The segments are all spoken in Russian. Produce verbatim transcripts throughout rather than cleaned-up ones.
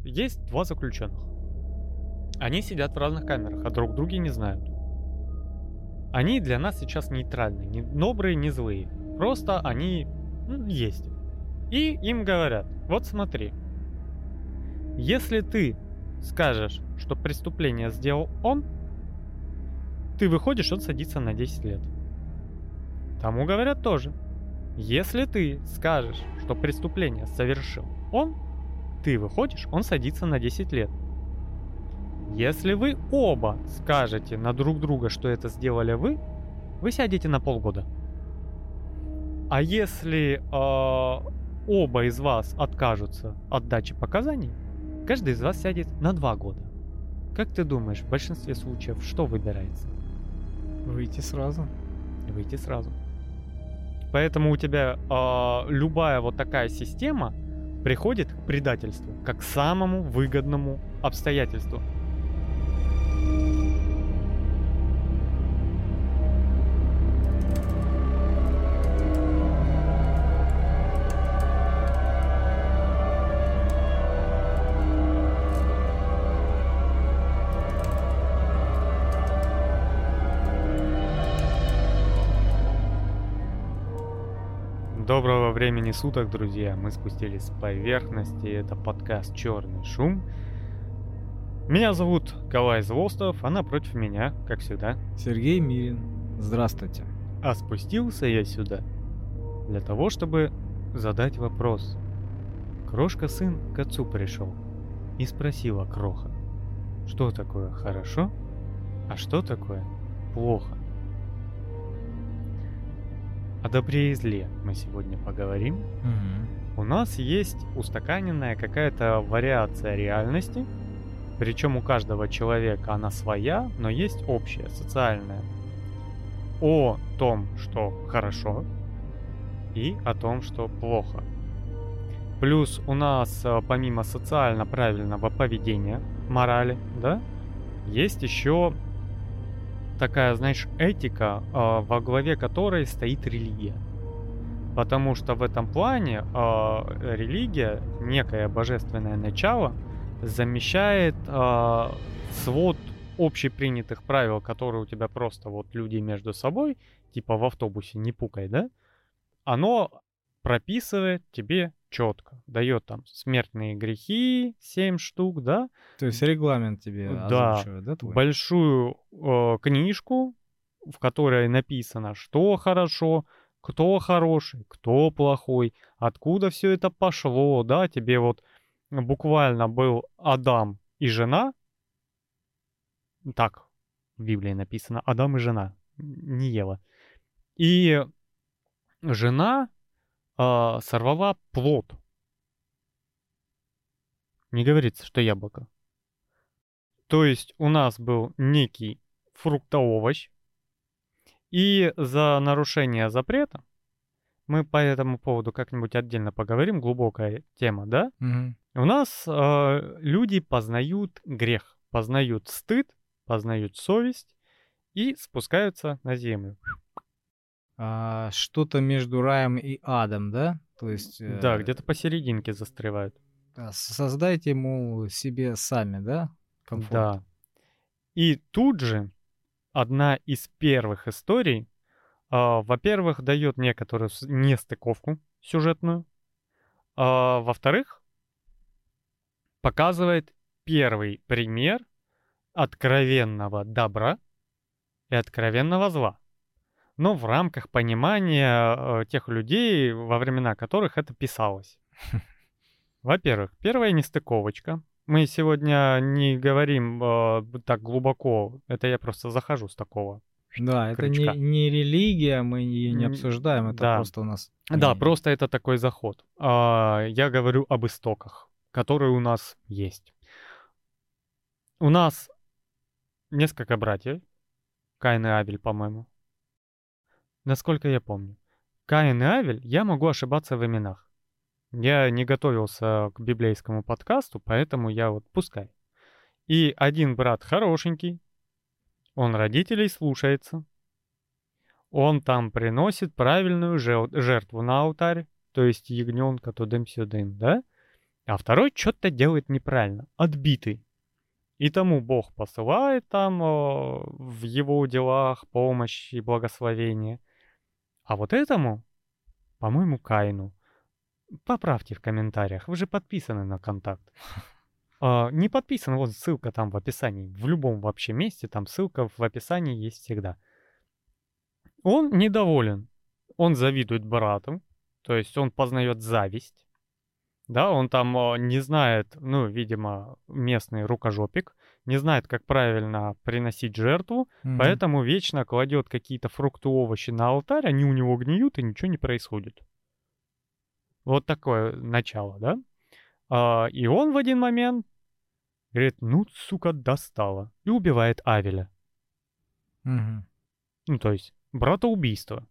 есть два заключенных. Они сидят в разных камерах, а друг друга не знают. Они для нас сейчас нейтральны, не добрые, не злые. Просто они ну, есть. И им говорят, вот смотри, если ты скажешь, что преступление сделал он, ты выходишь, он садится на десять лет. Тому говорят тоже. Если ты скажешь, что преступление совершил он, ты выходишь, он садится на десять лет. Если вы оба скажете на друг друга, что это сделали вы, вы сядете на полгода. А если э, оба из вас откажутся от дачи показаний, каждый из вас сядет на два года. Как ты думаешь, в большинстве случаев что выбирается? Выйти сразу. Выйти сразу. Поэтому у тебя э, любая вот такая система приходит к предательству, как к самому выгодному обстоятельству. Доброго времени суток, друзья! Мы спустились с поверхности. Это подкаст «Черный шум». Меня зовут Калай Злостов, а напротив меня, как всегда, Сергей Мирин. Здравствуйте. А спустился я сюда для того, чтобы задать вопрос. Крошка-сын к отцу пришел и спросила Кроха, что такое хорошо, а что такое плохо. О добре и зле мы сегодня поговорим. Угу. У нас есть устаканенная какая-то вариация реальности, причем у каждого человека она своя, но есть общая, социальная. О том, что хорошо, и о том, что плохо. Плюс у нас, помимо социально правильного поведения, морали, да, есть еще такая, знаешь, этика, э, во главе которой стоит религия. Потому что в этом плане э, религия, некое божественное начало, замещает э, свод общепринятых правил, которые у тебя просто вот люди между собой, типа в автобусе не пукай, да? Оно прописывает тебе четко, дает там смертные грехи, семь штук, да? То есть регламент тебе Да, озвучивает, да, твой? большую э, книжку, в которой написано, что хорошо, кто хороший, кто плохой, откуда все это пошло, да, тебе вот буквально был Адам и жена, так в Библии написано, Адам и жена, не Ева, и жена э, сорвала плод. Не говорится, что яблоко. То есть у нас был некий фруктоовощ, и за нарушение запрета, мы по этому поводу как-нибудь отдельно поговорим, глубокая тема, да? Угу. У нас э, люди познают грех, познают стыд, познают совесть и спускаются на землю. А, что-то между раем и адом, да? То есть... э, Да, где-то посерединке застревают. да, создайте, мол, себе сами, да? Комфорт. Да. И тут же одна из первых историй, э, во-первых, дает некоторую с- нестыковку сюжетную, а во-вторых, показывает первый пример откровенного добра и откровенного зла. Но в рамках понимания э, тех людей, во времена которых это писалось. Во-первых, первая нестыковочка. Мы сегодня не говорим э, так глубоко, это я просто захожу с такого. Да, это не, крючка. не религия, мы ее не М, обсуждаем, это да. просто у нас... Да, мнение. просто это такой заход. А, я говорю об истоках, которые у нас есть. У нас несколько братьев, Каин и Авель, по-моему. Насколько я помню. Каин и Авель, я могу ошибаться в именах. Я не готовился к библейскому подкасту, поэтому я вот пускай. И один брат хорошенький, он родителей слушается, он там приносит правильную жел- жертву на алтарь, то есть ягненка тудым-сюдым, да? а второй что-то делает неправильно, отбитый. И тому Бог посылает там э, в его делах помощь и благословение. А вот этому, по-моему, Каину, поправьте в комментариях, вы же подписаны на контакт. А, не подписан, вот ссылка там в описании. В любом вообще месте там ссылка в описании есть всегда. Он недоволен. Он завидует брату. То есть он познает зависть. Да, он там а, не знает, ну, видимо, местный рукожопик, не знает, как правильно приносить жертву, Мгм. поэтому вечно кладет какие-то фрукты, овощи на алтарь, они у него гниют, и ничего не происходит. Вот такое начало, да? А, и он в один момент говорит, ну, сука, достало. И убивает Авеля. Мгм. Ну, то есть, братоубийство.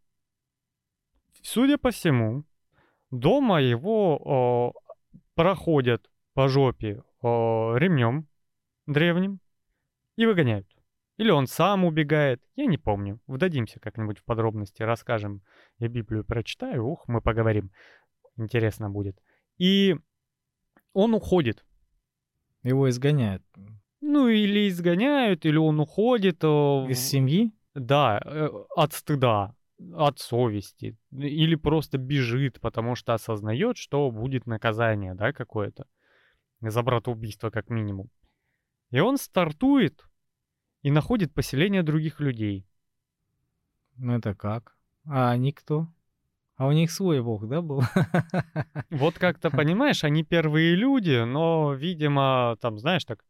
Судя по всему, дома его о, проходят по жопе о, ремнем древним и выгоняют. Или он сам убегает, я не помню. Вдадимся как-нибудь в подробности, расскажем. Я Библию прочитаю, ух, мы поговорим. Интересно будет. И он уходит. Его изгоняют. Ну, или изгоняют, или он уходит. о, Из в- семьи? Да, э, от стыда, от совести. Или просто бежит, потому что осознает, что будет наказание, да, какое-то. За братоубийство как минимум. И он стартует и находит поселение других людей. Ну это как? А они кто? А у них свой бог, да, был? Вот как-то, понимаешь, они первые люди, но, видимо, там, знаешь, так,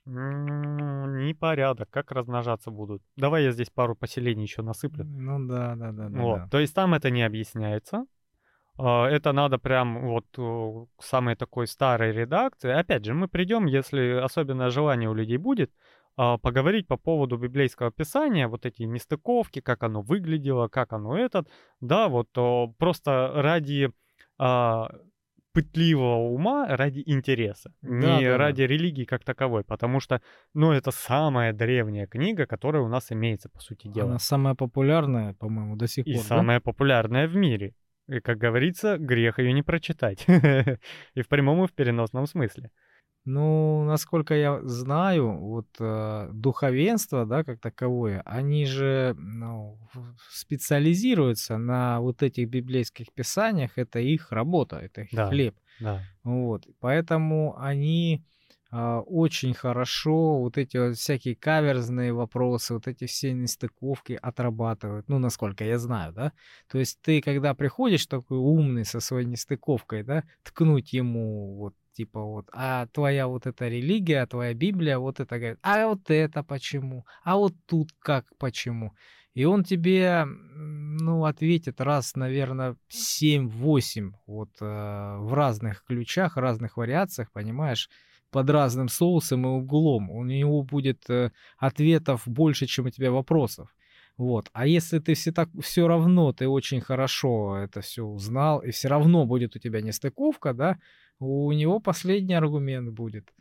«М, непорядок, как размножаться будут. Давай я здесь пару поселений еще насыплю. Ну да, да, да, да, Вот, да. то есть там это не объясняется. А, Это надо прям вот э, к самой такой старой редакции. Опять же, мы придем, если особенное желание у людей будет, а, поговорить по поводу библейского писания, вот эти нестыковки, как оно выглядело, как оно этот, да, вот о, просто ради а, пытливого ума, ради интереса, Да, не да, да. ради религии как таковой, потому что, ну, это самая древняя книга, которая у нас имеется, по сути Она дела, самая популярная, по-моему, до сих и пор, да? самая популярная в мире. И, как говорится, грех ее не прочитать. И в прямом, и в переносном смысле. Ну, насколько я знаю, вот э, духовенство, да, как таковое, они же ну, в- специализируются на вот этих библейских писаниях, это их работа, это их Да, хлеб. да. Вот, поэтому они а, очень хорошо вот эти вот всякие каверзные вопросы, вот эти все нестыковки отрабатывают, ну, насколько я знаю, да. То есть ты, когда приходишь такой умный со своей нестыковкой, да, ткнуть ему вот типа вот, а твоя вот эта религия, твоя Библия, вот это говорит, а вот это почему, а вот тут как почему. И он тебе, м, ну, ответит раз, наверное, семь-восемь вот, э, в разных ключах, разных вариациях, понимаешь, под разным соусом и углом. У него будет, э, ответов больше, чем у тебя вопросов. Вот. А если ты все так все равно ты очень хорошо это все узнал, и все равно будет у тебя нестыковка, да, у него последний аргумент будет.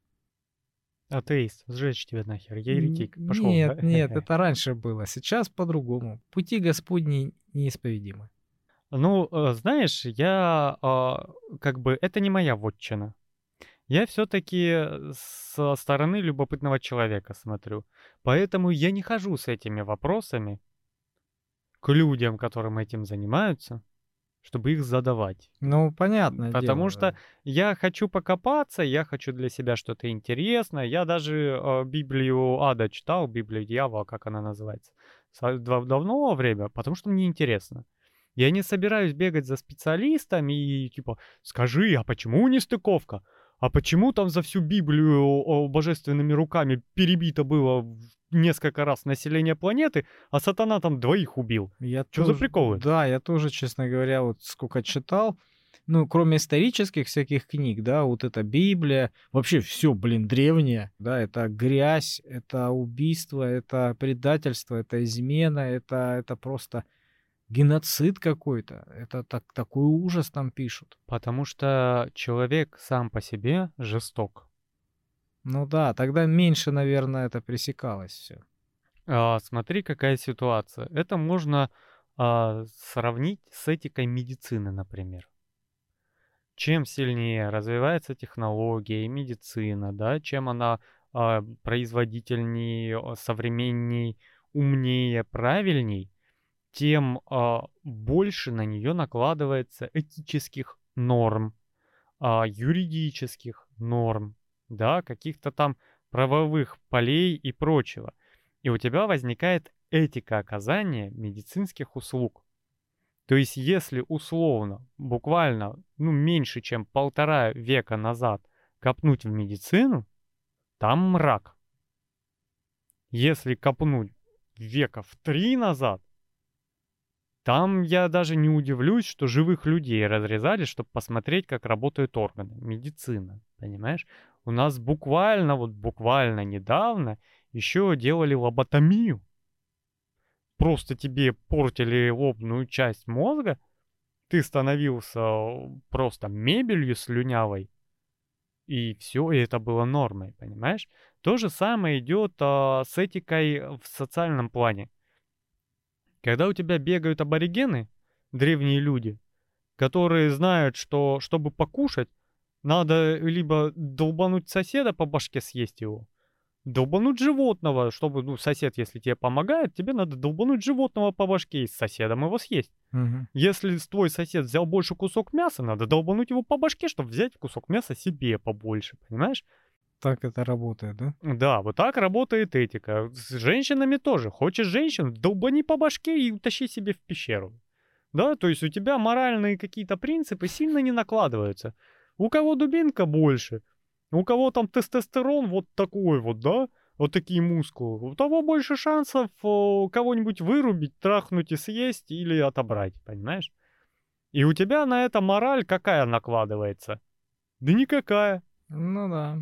Атеист, сжечь тебя нахер, я Н еретик. Пошел, нет, да? нет, это раньше было, сейчас по-другому. Пути Господни неисповедимы. Ну, э, знаешь, я а, как бы это не моя вотчина. Я все-таки со стороны любопытного человека смотрю. Поэтому я не хожу с этими вопросами к людям, которым этим занимаются, чтобы их задавать. Ну, понятное Потому дело, что да. я хочу покопаться, я хочу для себя что-то интересное. Я даже э, Библию Ада читал, Библию Дьявола, как она называется, со- дав- давно время, потому что мне интересно. Я не собираюсь бегать за специалистами и типа, скажи, а почему нестыковка? А почему там за всю Библию о, божественными руками перебито было в несколько раз население планеты, а сатана там двоих убил? Я Что за тоже, приколы? да, я тоже, честно говоря, вот сколько читал, ну, кроме исторических всяких книг, да, вот эта Библия, вообще все, блин, древнее, да, это грязь, это убийство, это предательство, это измена, это, это просто геноцид какой-то, это так, такой ужас там пишут. Потому что человек сам по себе жесток. Ну да, тогда меньше, наверное, это пресекалось все. А, смотри, какая ситуация. Это можно а, сравнить с этикой медицины, например. чем сильнее развивается технология и медицина, да, чем она а, производительней, а, современней, умнее, правильней, тем а, больше на нее накладывается этических норм, а, юридических норм, да, каких-то там правовых полей и прочего. И у тебя возникает этика оказания медицинских услуг. То есть, если условно, буквально, ну, меньше, чем полтора века назад копнуть в медицину, там мрак. Если копнуть века в три назад, там я даже не удивлюсь, что живых людей разрезали, чтобы посмотреть, как работают органы. Медицина, понимаешь? У нас буквально, вот буквально недавно еще делали лоботомию. Просто тебе портили лобную часть мозга, ты становился просто мебелью слюнявой, и все, и это было нормой, понимаешь? То же самое идет а, с этикой в социальном плане. Когда у тебя бегают аборигены, древние люди, которые знают, что чтобы покушать, надо либо долбануть соседа по башке, съесть его, долбануть животного, чтобы, ну, сосед, если тебе помогает, тебе надо долбануть животного по башке и с соседом его съесть. Мгм. Если с- твой сосед взял больше кусок мяса, надо долбануть его по башке, чтобы взять кусок мяса себе побольше, понимаешь? Так это работает, да? Да, вот так работает этика. С женщинами тоже. Хочешь женщину, долбани по башке и утащи себе в пещеру. Да, то есть у тебя моральные какие-то принципы сильно не накладываются. У кого дубинка больше, у кого там тестостерон вот такой вот, да, вот такие мускулы, у того больше шансов о, кого-нибудь вырубить, трахнуть и съесть или отобрать, понимаешь? И у тебя на это мораль какая накладывается? Да никакая. Ну да.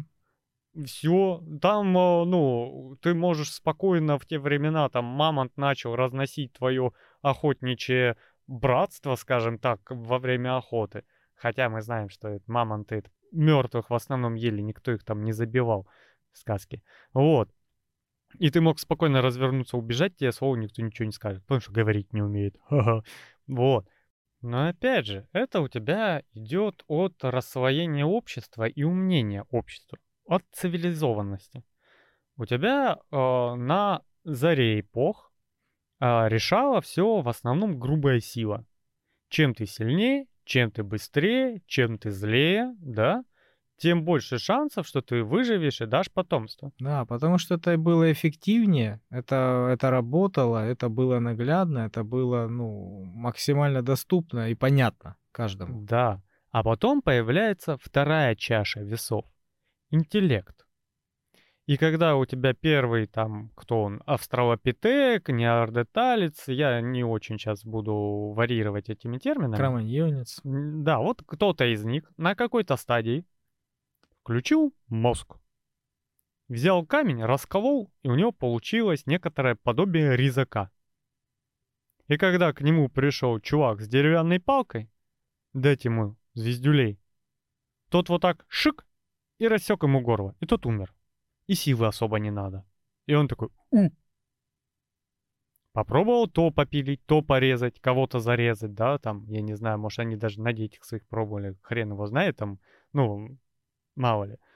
Все, там, э, ну, ты можешь спокойно в те времена, там, мамонт начал разносить твое охотничье братство, скажем так, во время охоты. Хотя мы знаем, что это мамонты мертвых в основном ели, никто их там не забивал в сказке. Вот. И ты мог спокойно развернуться, убежать, тебе слово никто ничего не скажет, потому что говорить не умеет. Ха-ха. Вот. Но опять же, это у тебя идет от рассвоения общества и умнения общества, от цивилизованности. У тебя э, на заре эпох э, решала все в основном грубая сила. Чем ты сильнее, чем ты быстрее, чем ты злее, да, тем больше шансов, что ты выживешь и дашь потомство. Да, потому что это было эффективнее, это, это работало, это было наглядно, это было, ну, максимально доступно и понятно каждому. Да. А потом появляется вторая чаша весов — интеллект. И когда у тебя первый там, кто он, австралопитек, неандерталец, я не очень сейчас буду варьировать этими терминами. Кроманьонец. М, Да, вот кто-то из них на какой-то стадии включил мозг, взял камень, расколол, и у него получилось некоторое подобие резака. И когда к нему пришел чувак с деревянной палкой, дать ему звездюлей, тот вот так шик и рассек ему горло, и тот умер. И силы особо не надо. И он такой: у. Попробовал то попилить, то порезать, кого-то зарезать, да, там, я не знаю, может, они даже на детях своих пробовали, хрен его знает, там, ну, мало ли.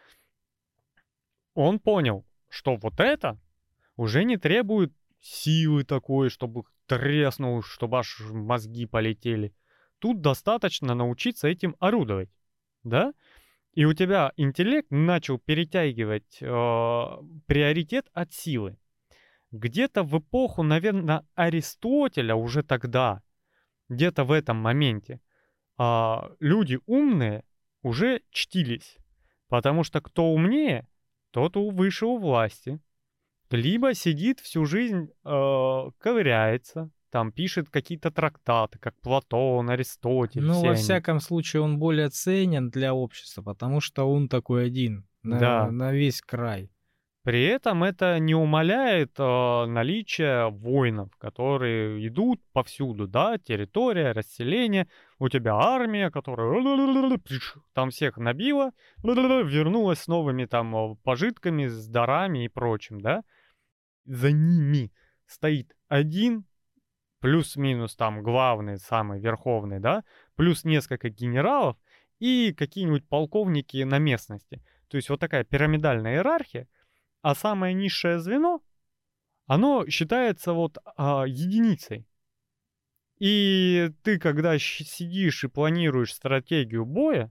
Он понял, что вот это уже не требует силы такой, чтобы треснул, чтобы аж мозги полетели. Тут достаточно научиться этим орудовать, да? И у тебя интеллект начал перетягивать э, приоритет от силы. Где-то в эпоху, наверное, Аристотеля уже тогда, где-то в этом моменте, а, люди умные уже чтились. Потому что кто умнее, тот у выше у власти. Либо сидит всю жизнь, э, ковыряется, там пишет какие-то трактаты, как Платон, Аристотель, Ну, все во они. всяком случае, он более ценен для общества, потому что он такой один на, Да. на весь край. При этом это не умаляет э, наличие воинов, которые идут повсюду, да, территория, расселение, у тебя армия, которая там всех набила, вернулась с новыми там э, пожитками, с дарами и прочим, да. За ними стоит один, плюс-минус там главный, самый верховный, да, плюс несколько генералов, и какие-нибудь полковники на местности. То есть вот такая пирамидальная иерархия, а самое низшее звено, оно считается вот а, единицей. И ты, когда щ- сидишь и планируешь стратегию боя,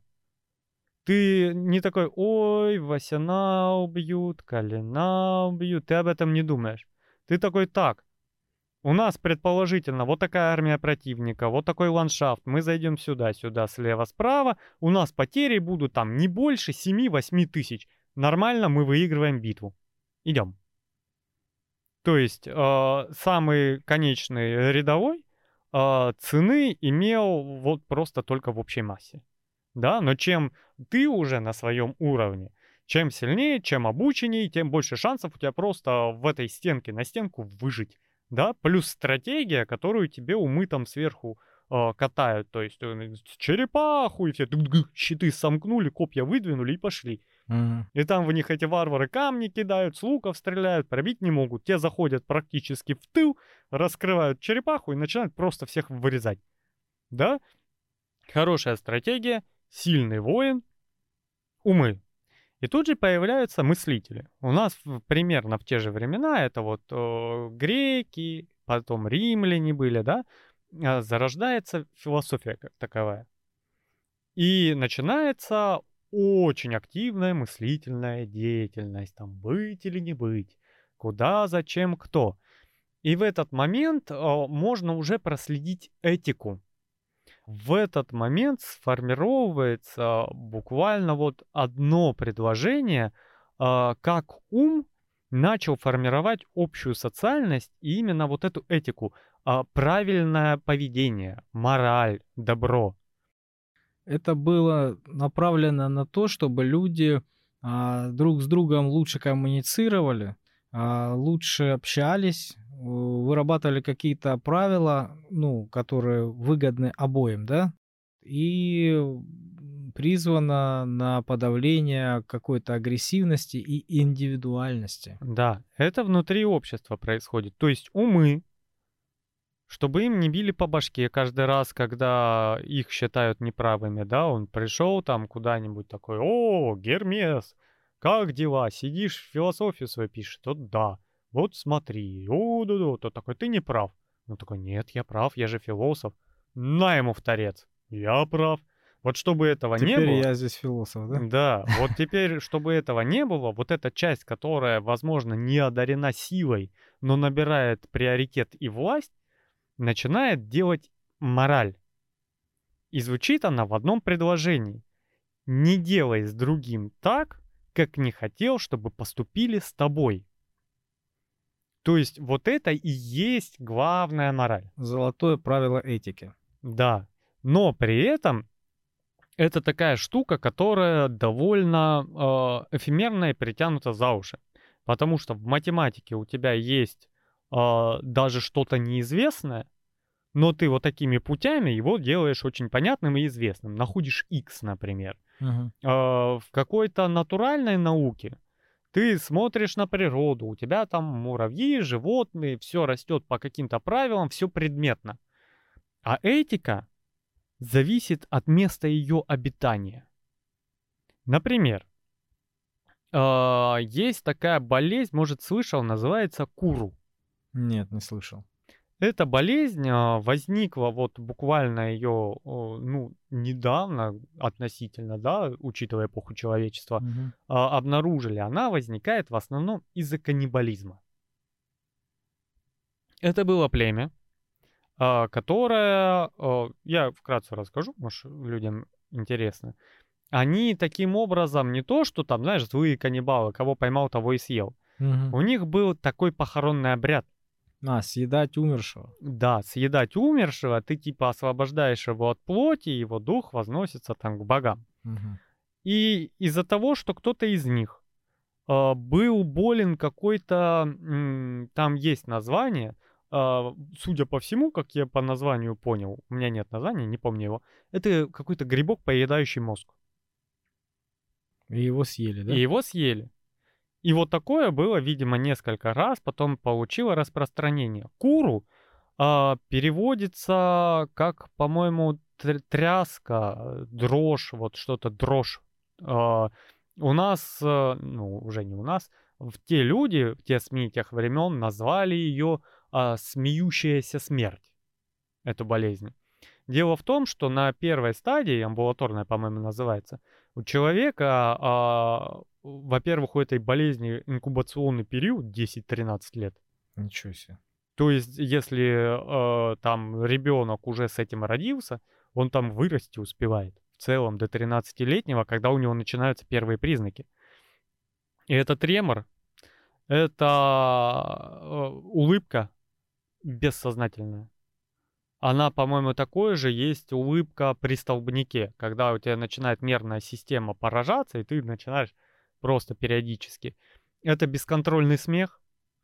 ты не такой: ой, Васяна убьют, Калина убьют. Ты об этом не думаешь. Ты такой: так, у нас предположительно вот такая армия противника, вот такой ландшафт. Мы зайдем сюда, сюда, слева, справа. У нас потери будут там не больше семи-восьми тысяч. Нормально, мы выигрываем битву. Идем. То есть э, самый конечный рядовой э, цены имел вот просто только в общей массе. Да, но чем ты уже на своем уровне, чем сильнее, чем обученнее, тем больше шансов у тебя просто в этой стенке на стенку выжить. Да, плюс стратегия, которую тебе умы там сверху э, катают. То есть э, черепаху, и все щиты сомкнули, копья выдвинули и пошли. Мгм. И там в них эти варвары камни кидают, с луков стреляют, пробить не могут. Те заходят практически в тыл, раскрывают черепаху и начинают просто всех вырезать. Да? Хорошая стратегия, сильный воин, умы. И тут же появляются мыслители. У нас в- примерно в те же времена, это вот э, греки, потом римляне были, да, а, зарождается философия как таковая. И начинается очень активная мыслительная деятельность. Там быть или не быть, куда, зачем, кто. И в этот момент э, можно уже проследить этику. В этот момент сформировывается буквально вот одно предложение, а, как ум начал формировать общую социальность и именно вот эту этику, а, правильное поведение, мораль, добро. Это было направлено на то, чтобы люди а, друг с другом лучше коммуницировали, а, лучше общались, у- вырабатывали какие-то правила, ну, которые выгодны обоим, да, и м, призвано на подавление какой-то агрессивности и индивидуальности. Да, это внутри общества происходит. То есть умы, чтобы им не били по башке каждый раз, когда их считают неправыми, да, он пришел там куда-нибудь такой: о, Гермес, как дела, сидишь, философию свою пишешь, тот да, вот смотри, о, да, да, тот такой: ты не прав. Ну такой: нет, я прав, я же философ. На ему в торец, я прав. Вот чтобы этого не Теперь было, я здесь философ, да? да, вот теперь, чтобы этого не было, вот эта часть, которая, возможно, не одарена силой, но набирает приоритет и власть, начинает делать мораль. И звучит она в одном предложении: не делай с другим так, как не хотел, чтобы поступили с тобой. То есть вот это и есть главная мораль. Золотое правило этики. Да. Но при этом это такая штука, которая довольно э, эфемерная и притянута за уши. Потому что в математике у тебя есть э, даже что-то неизвестное, но ты вот такими путями его делаешь очень понятным и известным. Находишь x, например. Мгм. А, в какой-то натуральной науке ты смотришь на природу, у тебя там муравьи, животные, все растет по каким-то правилам, все предметно. А этика зависит от места ее обитания. Например, а, есть такая болезнь, может, слышал, называется куру. Нет, не слышал. Эта болезнь а, возникла вот буквально ее, ну, недавно относительно, да, учитывая эпоху человечества, Мгм. а, обнаружили. Она возникает в основном из-за каннибализма. Это было племя, а, которое, а, я вкратце расскажу, может, людям интересно. Они таким образом не то, что там, знаешь, злые каннибалы, кого поймал, того и съел. Мгм. У них был такой похоронный обряд. А, съедать умершего. Да, съедать умершего, ты типа освобождаешь его от плоти, и его дух возносится там к богам. Мгм. И из-за того, что кто-то из них а, был болен какой-то, м, там есть название, а, судя по всему, как я по названию понял, у меня нет названия, не помню его, это какой-то грибок, поедающий мозг. И его съели, И да? его съели. И вот такое было, видимо, несколько раз, потом получило распространение. Куру а, переводится как, по-моему, тр- тряска, э, дрожь, вот что-то дрожь. А, У нас, э, ну, уже не у нас, в те люди, в те СМИ тех времен назвали ее а, смеющаяся смерть, эту болезнь. Дело в том, что на первой стадии, амбулаторная, по-моему, называется, у человека, а, во-первых, у этой болезни инкубационный период десять-тринадцать лет. Ничего себе. То есть, если э, там ребенок уже с этим родился, он там вырасти успевает в целом до тринадцатилетнего, когда у него начинаются первые признаки. И это тремор, это э, улыбка бессознательная. Она, по-моему, такой же есть улыбка при столбняке, когда у тебя начинает нервная система поражаться, и ты начинаешь просто периодически. Это бесконтрольный смех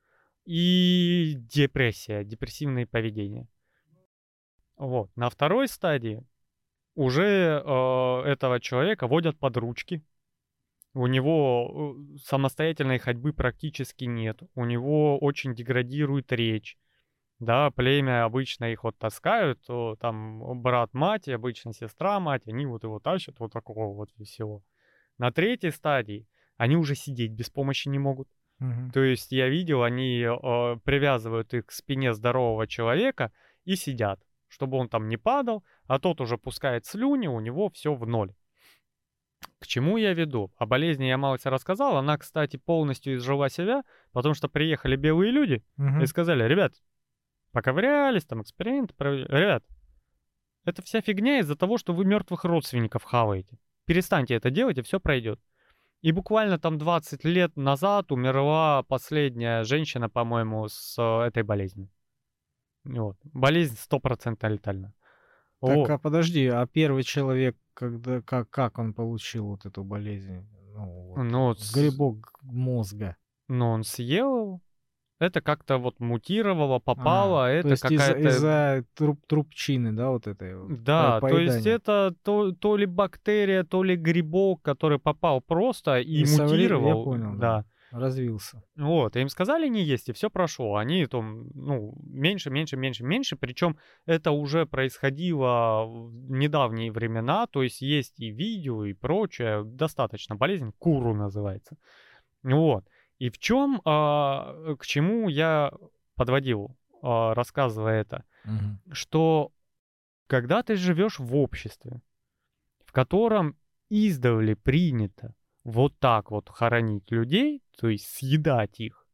и депрессия, депрессивные поведения. Вот. На второй стадии уже э, этого человека водят под ручки. У него э, самостоятельной ходьбы практически нет. У него очень деградирует речь. Да, племя обычно их вот таскают, то там брат, мать, и обычно сестра, мать, они вот его тащат вот такого вот всего. На третьей стадии они уже сидеть без помощи не могут. Мгм. То есть я видел, они э, привязывают их к спине здорового человека и сидят, чтобы он там не падал, а тот уже пускает слюни, у него все в ноль. К чему я веду? О болезни я мало рассказал, она, кстати, полностью изжила себя, потому что приехали белые люди и Мгм. сказали: ребят, поковырялись, там эксперимент провели. Ребят, это вся фигня из-за того, что вы мертвых родственников хаваете. Перестаньте это делать, и все пройдет. И буквально там двадцать лет назад умерла последняя женщина, по-моему, с э, этой болезнью. Вот. Болезнь сто процентов летальна. Так, Вот. а подожди, а первый человек, когда, как, как он получил вот эту болезнь? Ну, вот, Ну, с- грибок мозга. но он съел его. Это как-то вот мутировало, А, попало, то это есть из-за какая-то... из-за труп, трубчины, да, вот этой вот, по- Да, то есть поедания. это то, то ли бактерия, то ли грибок, который попал просто и, И со временем, я мутировал. понял, да, Да. развился. Вот, и им сказали не есть, и все прошло. Они там, ну, меньше, меньше, меньше, меньше. Причем это уже происходило в недавние времена, то есть есть и видео, и прочее. Достаточно. Болезнь Куру называется. Вот. И в чем, к чему я подводил, а, рассказывая это, Мгм. что когда ты живешь в обществе, в котором издавна принято вот так вот хоронить людей, то есть съедать их,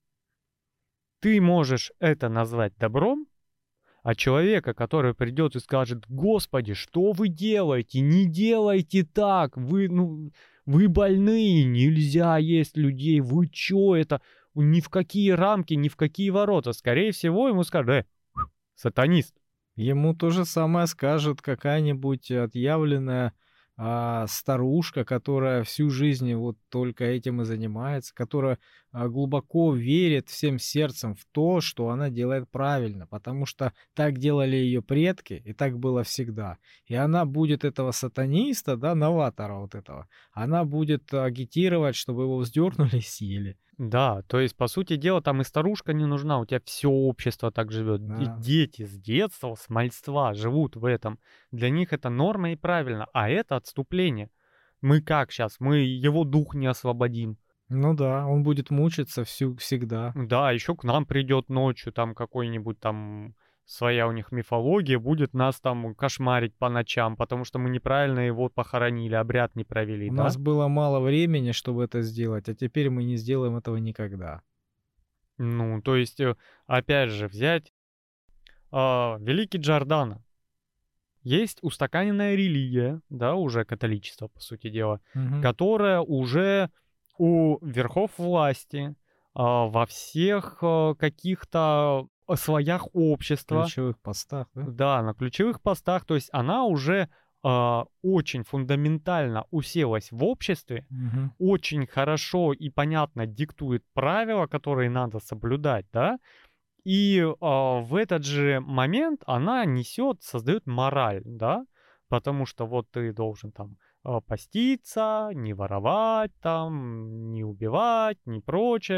ты можешь это назвать добром, а человека, который придет и скажет: Господи, что вы делаете? Не делайте так! Вы, ну, вы больные, нельзя есть людей, вы чё это? Ни в какие рамки, ни в какие ворота. Скорее всего, ему скажут: э, сатанист. Ему то же самое скажет какая-нибудь отъявленная а, старушка, которая всю жизнь вот только этим и занимается, которая а, глубоко верит всем сердцем в то, что она делает правильно, потому что так делали ее предки, и так было всегда. И она будет этого сатаниста, да, новатора вот этого, она будет агитировать, чтобы его вздернули и съели. Да, то есть, по сути дела, там и старушка не нужна, у тебя все общество так живет. И Да. дети с детства, с мальства живут в этом. Для них это норма и правильно, а это отступление. Мы как сейчас? Мы его дух не освободим. Ну да, он будет мучиться всю, всегда. Да, еще к нам придет ночью там какой-нибудь там своя у них мифология, будет нас там кошмарить по ночам, потому что мы неправильно его похоронили, обряд не провели, У да? нас было мало времени, чтобы это сделать, а теперь мы не сделаем этого никогда. Ну, то есть, э, опять же, взять а, Великий Джордано. Есть устаканенная религия, да, уже католичество, по сути дела, Мгм. которая уже у верхов власти, а, во всех а, каких-то слоях общества, Ключевых постах, да? да, на ключевых постах, то есть она уже а, очень фундаментально уселась в обществе, Мгм. очень хорошо и понятно диктует правила, которые надо соблюдать, да, и а, в этот же момент она несет, создает мораль, да, потому что вот ты должен там а, поститься, не воровать там, не убивать, не прочее,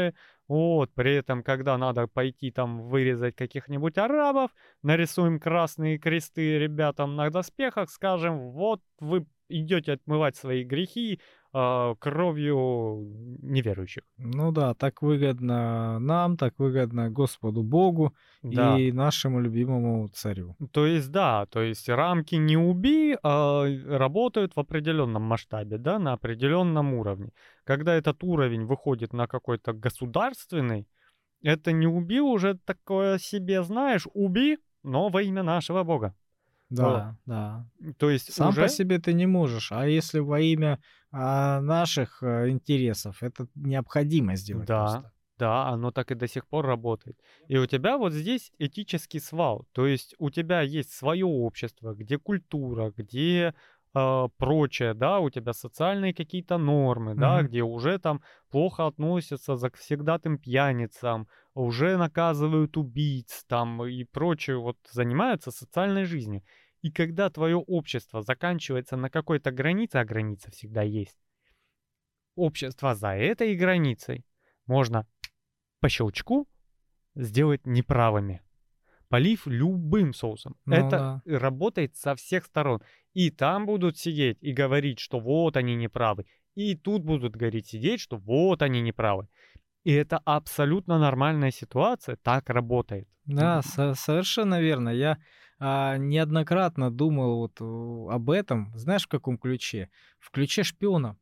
Вот, при этом, когда надо пойти там вырезать каких-нибудь арабов, нарисуем красные кресты ребятам на доспехах, скажем, вот вы идете отмывать свои грехи а, кровью неверующих. Ну да, так выгодно нам, так выгодно Господу Богу Да. и нашему любимому царю. То есть, да, то есть рамки не убий, а работают в определенном масштабе, да, на определенном уровне. Когда этот уровень выходит на какой-то государственный, это не уби уже такое себе, знаешь, уби, но во имя нашего Бога. Вот. Да, да. То есть Сам по уже, себе ты не можешь, а если во имя а, наших а, интересов, это необходимо сделать да, просто. да, оно так и до сих пор работает. И у тебя вот здесь этический свал. То есть у тебя есть свое общество, где культура, где а, прочее, да, у тебя социальные какие-то нормы, да, Мгм. где уже там плохо относятся к всегдатым пьяницам, уже наказывают убийц там и прочее, вот занимаются социальной жизнью. И когда твое общество заканчивается на какой-то границе, а граница всегда есть, общество за этой границей можно по щелчку сделать неправыми, полив любым соусом. Ну Это да. работает со всех сторон. И там будут сидеть и говорить, что вот они неправы. И тут будут говорить сидеть, что вот они неправы. И это абсолютно нормальная ситуация, так работает. Да, М, со- совершенно верно. Я а, неоднократно думал вот э, об этом. Знаешь, в каком ключе? В ключе шпиона.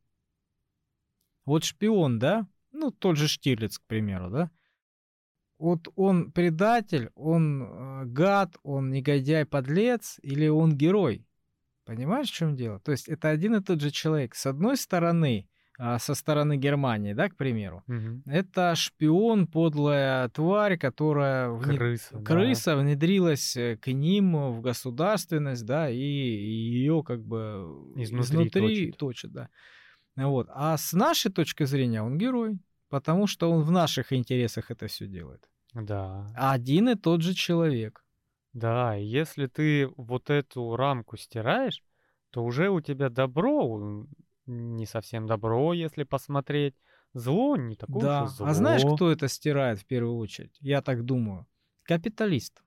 Вот шпион, да? Ну, тот же Штирлиц, к примеру, да? Вот он предатель, он э, гад, он негодяй, подлец или он герой? Понимаешь, в чем дело? То есть это один и тот же человек. С одной стороны, а, со стороны Германии, да, к примеру, мгм. это шпион, подлая тварь, которая внед- Крыса, да. крыса внедрилась э, к ним в государственность, да, и ее как бы Изнутри изнутри точит. точит, да. Вот. А с нашей точки зрения он герой, потому что он в наших интересах это все делает. Да. Один и тот же человек. Да, и если ты вот эту рамку стираешь, то уже у тебя добро м, не совсем добро, если посмотреть. Зло не такое уж и Да. А знаешь, зло. кто это стирает в первую очередь? Я так думаю. Капиталист.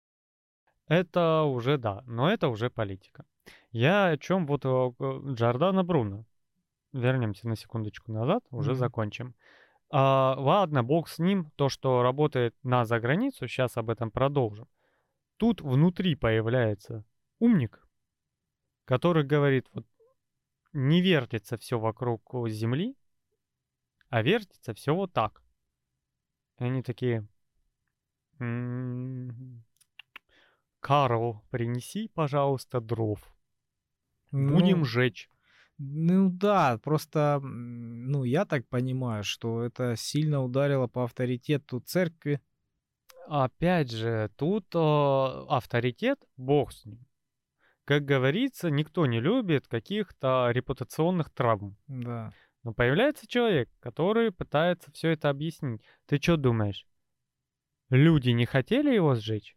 Это уже да, но это уже политика. Я о чем вот э, г- Джордано Бруно. Вернемся на секундочку назад, уже Мгм. закончим. А, ладно, бог с ним, то, что работает на заграницу, сейчас об этом продолжим. Тут внутри появляется умник, который говорит, вот не вертится все вокруг о, Земли, а вертится все вот так. И они такие, «М, Карл, принеси, пожалуйста, дров. Будем Ну, жечь. ну да, просто, м, ну, я так понимаю, что это сильно ударило по авторитету церкви. Опять же, тут э, авторитет, бог с ним. Как говорится, никто не любит каких-то репутационных травм. Да. Но появляется человек, который пытается все это объяснить. Ты что думаешь? Люди не хотели его сжечь?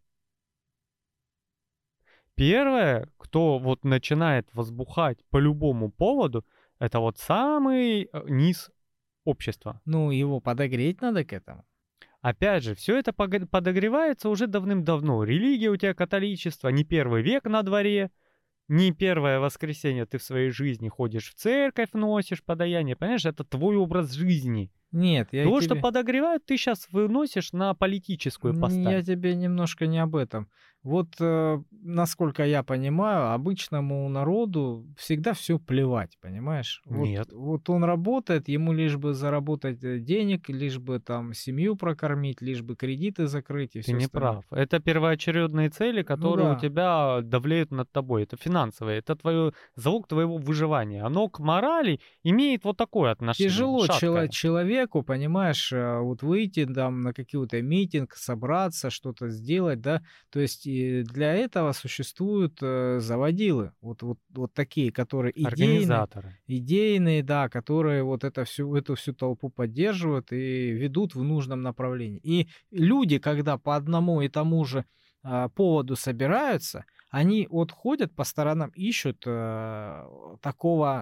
Первое, кто вот начинает возбухать по любому поводу, это вот самый э, низ общества. Ну, его подогреть надо к этому. Опять же, все это пога- подогревается уже давным-давно. Религия у тебя католичество, не первый век на дворе, не первое воскресенье ты в своей жизни ходишь в церковь, носишь подаяние. Понимаешь, это твой образ жизни. Нет, я То, что тебе подогревает, ты сейчас выносишь на политическую Н постать. я тебе немножко не об этом. Вот, э, насколько я понимаю, обычному народу всегда все плевать, понимаешь? Вот Нет, вот он работает, ему лишь бы заработать, э, денег, лишь бы там семью прокормить, лишь бы кредиты закрыть и ты все не остальное. прав. Это первоочередные цели, Ну которые у да, тебя давлеют над тобой. Это финансовые, это твое, залог твоего выживания. Оно к морали имеет вот такое отношение, тяжело чело шаткое. человеку, понимаешь, э, вот выйти там на какой-то митинг, собраться, что-то сделать, да. То есть и для этого существуют, э, заводилы, вот вот вот такие, которые идейные Организаторы. идейные, да, которые вот это всю эту всю толпу поддерживают и ведут в нужном направлении. И люди, когда по одному и тому же, а, поводу собираются, они вот ходят по сторонам, ищут, э, такого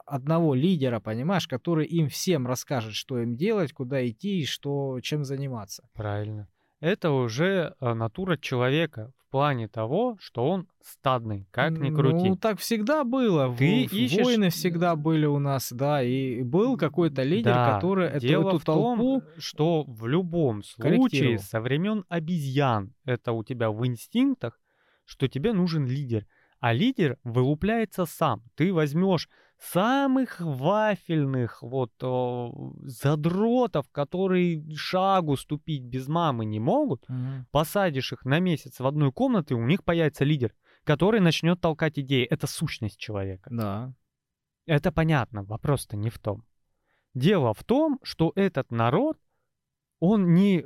одного лидера, понимаешь, который им всем расскажет, что им делать, куда идти и что, чем заниматься. Правильно. Это уже э, натура человека в плане того, что он стадный, как ни М, Ну, крути. так всегда было. Ты В- в- ищешь, Войны д- всегда были у нас, да, и был какой-то лидер, да, который эту, дело эту в том, толпу э, что в любом случае корректировал. со времен обезьян это у тебя в инстинктах, что тебе нужен лидер. А лидер вылупляется сам. Ты возьмешь самых вафельных вот о, задротов, которые шагу ступить без мамы не могут, Мгм. посадишь их на месяц в одной комнате, у них появится лидер, который начнет толкать идеи. Это сущность человека. Да. Это понятно, вопрос-то не в том. Дело в том, что этот народ, он не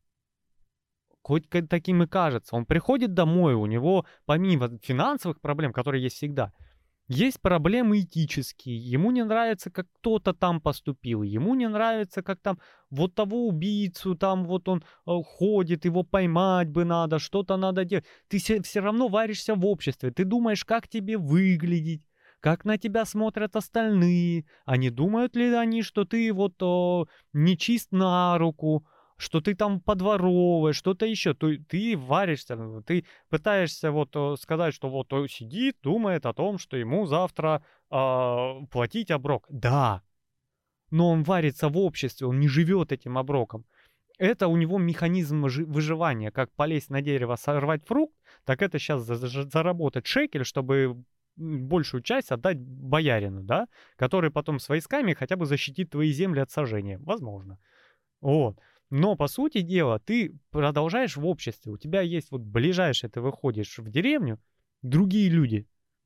хоть ка- таким и кажется. Он приходит домой, у него помимо финансовых проблем, которые есть всегда, есть проблемы этические. Ему не нравится, как кто-то там поступил. Ему не нравится, как там вот того убийцу, там вот он э, ходит, его поймать бы надо, что-то надо делать. Ты все равно варишься в обществе. Ты думаешь, как тебе выглядеть, как на тебя смотрят остальные. А не думают ли они, что ты вот о, не чист на руку, что ты там подворовываешь, что-то еще. Ты, ты варишься, ну, ты пытаешься вот э, сказать, что вот он сидит, думает о том, что ему завтра а, платить оброк. Да, но он варится в обществе, он не живет этим оброком. Это у него механизм жи- выживания, как полезть на дерево, сорвать фрукт, так это сейчас заработать шекель, чтобы м, большую часть отдать боярину, да, который потом с войсками хотя бы защитит твои земли от сожжения. Возможно. Вот. Но, по сути дела, ты продолжаешь в обществе. У тебя есть вот ближайшее, ты выходишь в деревню, другие люди.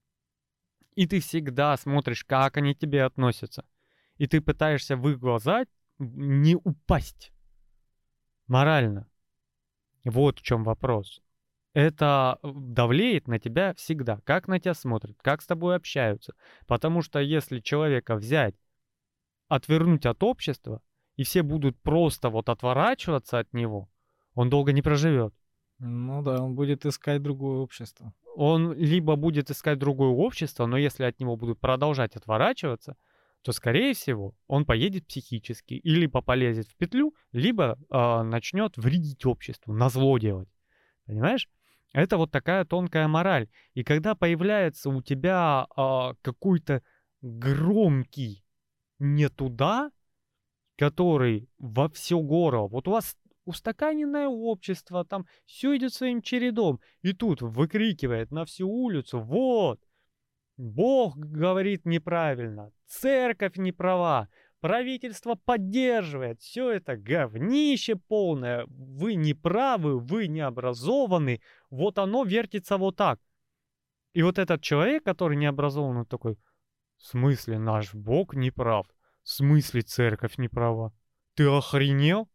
И ты всегда смотришь, как они к тебе относятся. И ты пытаешься в их глаза не упасть морально. Вот в чем вопрос. Это э, давлеет на тебя всегда. Как на тебя смотрят, как с тобой общаются. Потому что если человека взять, отвернуть от общества, и все будут просто вот отворачиваться от него, он долго не проживет. Ну да, он будет искать другое общество. Он либо будет искать другое общество, но если от него будут продолжать отворачиваться, то, скорее всего, он поедет психически, и либо полезет в петлю, либо э, начнет вредить обществу, назло делать. Понимаешь? Это вот такая тонкая мораль. И когда появляется у тебя а, какой-то громкий не туда, который во все горло. Вот у вас устаканенное общество, там все идет своим чередом. И тут выкрикивает на всю улицу: вот, Бог говорит неправильно, церковь не права, правительство поддерживает, все это говнище полное, вы не правы, вы не образованы, вот оно вертится вот так. И вот этот человек, который не образован, он такой: в смысле наш Бог не прав? В смысле церковь не права? Ты охренел?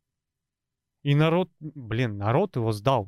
И народ, блин, народ его сдал.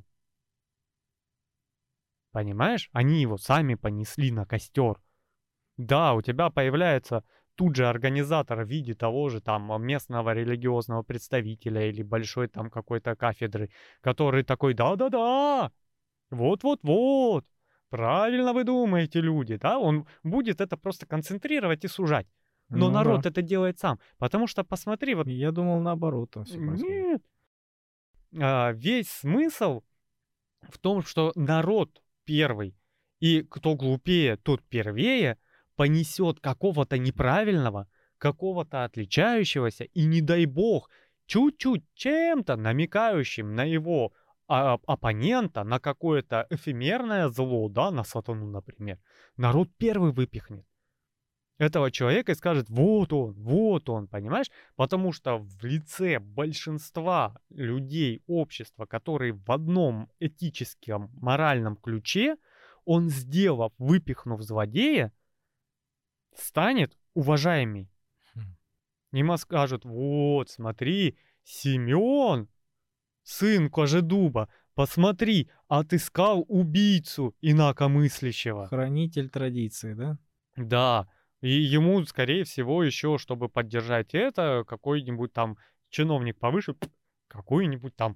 Понимаешь? Они его сами понесли на костер. Да, у тебя появляется тут же организатор в виде того же там местного религиозного представителя или большой там какой-то кафедры, который такой: да-да-да, вот-вот-вот, правильно вы думаете, люди, да? Он будет это просто концентрировать и сужать. Но Ну да. народ это делает сам, потому что посмотри, вот Я думал, наоборот, там все происходит. нет, а, весь смысл в том, что народ первый, и кто глупее, тот первее, понесет какого-то неправильного, какого-то отличающегося, и не дай бог, чуть-чуть чем-то намекающим на его а, оппонента, на какое-то эфемерное зло, да, на сатану, например, народ первый выпихнет этого человека и скажет: вот он, вот он, понимаешь? Потому что в лице большинства людей общества, которые в одном этическом, моральном ключе, он, сделав, выпихнув злодея, станет уважаемый. Хм. Ему скажут: вот, смотри, Семен, сын Кожедуба, посмотри, отыскал убийцу инакомыслящего. Хранитель традиции, да? Да, и ему, скорее всего, еще, чтобы поддержать это, какой-нибудь там чиновник повыше, какую-нибудь там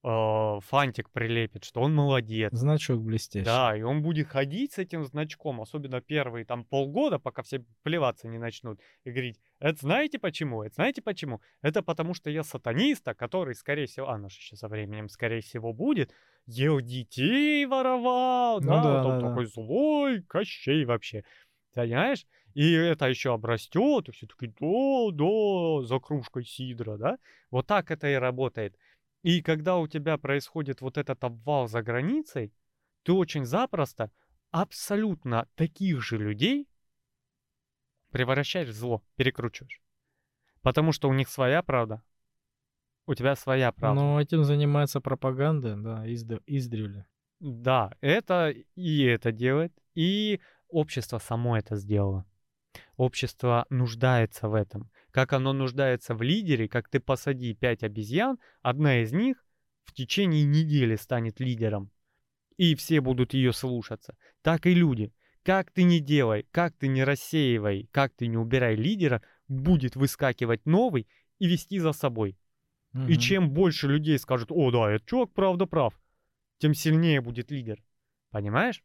э, фантик прилепит, что он молодец. Значок блестящий. Да, и он будет ходить с этим значком, особенно первые там полгода, пока все плеваться не начнут, и говорить: это знаете почему? Это знаете почему? Это потому что я сатаниста, который, скорее всего, а, ну еще со временем, скорее всего, будет, ел детей, воровал, Ну да, да, вот он да, да. такой злой, Кощей вообще, понимаешь? И это еще обрастет, и все таки да, да, за кружкой сидра, да? Вот так это и работает. И когда у тебя происходит вот этот обвал за границей, ты очень запросто абсолютно таких же людей превращаешь в зло, перекручиваешь. Потому что у них своя правда, у тебя своя правда. Но этим занимается пропаганда, да, изда- издревле. Да, это и это делает, и общество само это сделало. Общество нуждается в этом. Как оно нуждается в лидере, как ты посади пять обезьян, одна из них в течение недели станет лидером, и все будут ее слушаться. Так и люди. Как ты не делай, как ты не рассеивай, как ты не убирай лидера, будет выскакивать новый и вести за собой. И Мгм. чем больше людей скажут: о да, этот чувак правда прав, тем сильнее будет лидер. Понимаешь?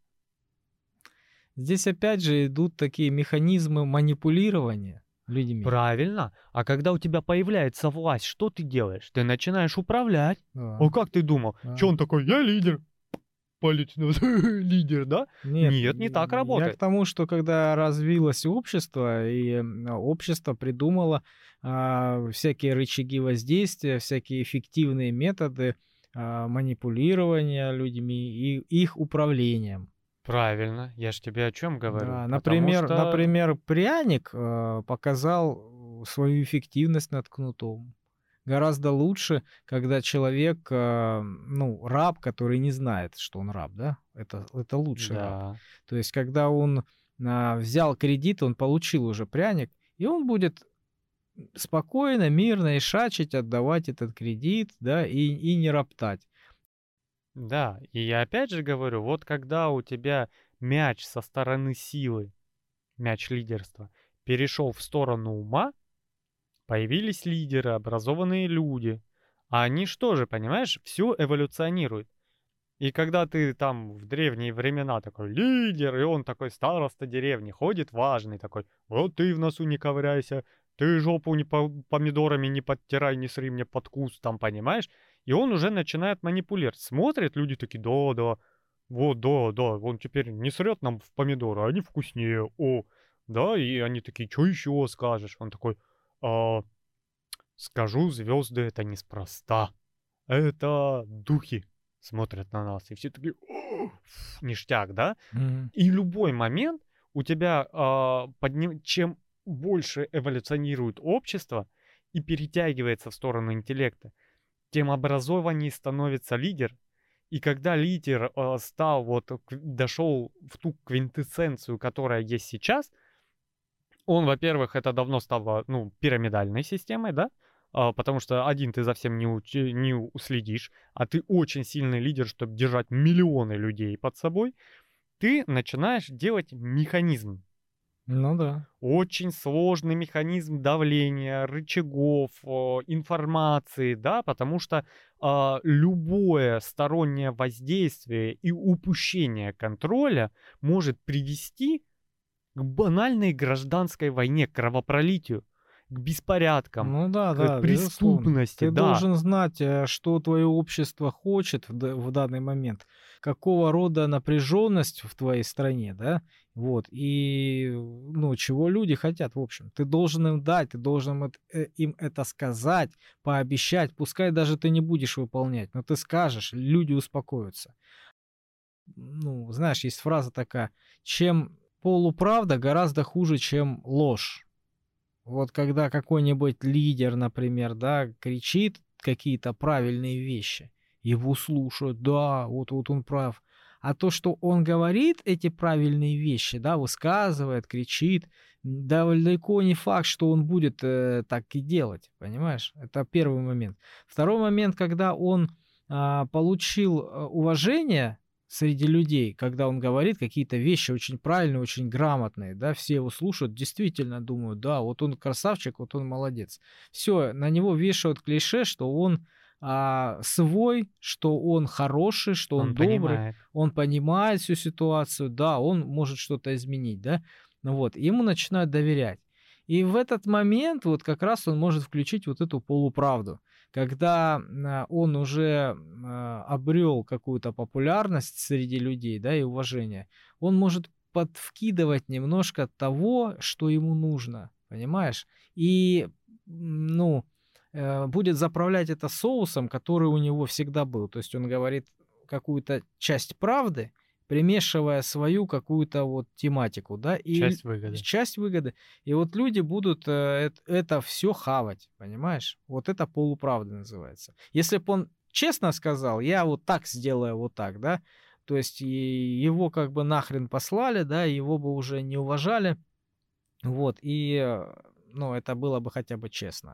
Здесь опять же идут такие механизмы манипулирования людьми. Правильно. А когда у тебя появляется власть, что ты делаешь? Ты начинаешь управлять. Да, А как ты думал? да. Че он такой? Я лидер. Палец на лидер, да? Нет, Нет, не так я к работает. тому, что когда развилось общество, и м, общество придумало а, всякие рычаги воздействия, всякие эффективные методы а, манипулирования людьми и их управлением. Правильно. Я ж тебе о чем говорю. Да, Потому например, что... например, пряник а, показал свою эффективность над кнутом. Гораздо лучше, когда человек, а, ну, раб, который не знает, что он раб, да? Это, это лучший раб. Да. То есть, когда он а, взял кредит, он получил уже пряник, и он будет спокойно, мирно и шачить, отдавать этот кредит, да, и, и не роптать. Да, и я опять же говорю, вот когда у тебя мяч со стороны силы, мяч лидерства, перешел в сторону ума, появились лидеры, образованные люди. А они что же, понимаешь, все эволюционирует. И когда ты там в древние времена такой лидер, и он такой староста деревни, ходит важный такой: вот ты в носу не ковыряйся, ты жопу не по- помидорами не подтирай, не сри мне под куст, там, понимаешь? И он уже начинает манипулировать. Смотрят, люди такие: да, да, вот, да, да, он теперь не срет нам в помидоры, а они вкуснее, о, да, и они такие: что еще скажешь? Он такой: «А, скажу, звезды это неспроста, это духи смотрят на нас, и все такие: «О, ништяк, да?» Мгм. И любой момент у тебя, а, подним чем больше эволюционирует общество и перетягивается в сторону интеллекта, тем образованнее становится лидер. И когда лидер, а, стал вот к дошел в ту квинтэссенцию, которая есть сейчас, он, во-первых, это давно стало, ну, пирамидальной системой, да, а, потому что один ты за всем не, учи- не уследишь, а ты очень сильный лидер, чтобы держать миллионы людей под собой, ты начинаешь делать механизм. Ну да. Очень сложный механизм давления, рычагов, о, информации, да, потому что а, любое стороннее воздействие и упущение контроля может привести к банальной гражданской войне, к кровопролитию, к беспорядкам, Ну да, к да, безусловно. преступности, Ты да. должен знать, э, что твое общество хочет в, да- в данный момент, какого рода напряженность в твоей стране, да, вот, и, ну, чего люди хотят, в общем. Ты должен им дать, ты должен эт- э, им это сказать, пообещать, пускай даже ты не будешь выполнять, но ты скажешь, люди успокоятся. Ну, знаешь, есть фраза такая: чем полуправда гораздо хуже, чем ложь. Вот когда какой-нибудь лидер, например, да, кричит какие-то правильные вещи, его слушают, да, вот, вот он прав. А то, что он говорит эти правильные вещи, да, высказывает, кричит, м, далеко не факт, что он будет э, так и делать, понимаешь? Это первый момент. Второй момент, когда он а, получил э, уважение среди людей, когда он говорит какие-то вещи очень правильные, очень грамотные, да, все его слушают, действительно думают, да, вот он красавчик, вот он молодец. Все, на него вешают клише, что он а, свой, что он хороший, что он Он добрый, понимает. он понимает всю ситуацию, да, он может что-то изменить, да, ну вот, и ему начинают доверять. И в этот момент вот как раз он может включить вот эту полуправду, когда а, он уже а, обрел какую-то популярность среди людей, да, и уважение, он может подвкидывать немножко того, что ему нужно, понимаешь? И, м, ну, э, будет заправлять это соусом, который у него всегда был. То есть он говорит какую-то часть правды, примешивая свою какую-то вот тематику, да, и л- Часть выгоды. часть выгоды. И вот люди будут э, эт- это все хавать, понимаешь? Вот это полуправда называется. Если бы он честно сказал, я вот так сделаю, вот так, да, то есть и его как бы нахрен послали, да, его бы уже не уважали, вот, и, э, ну, это было бы хотя бы честно.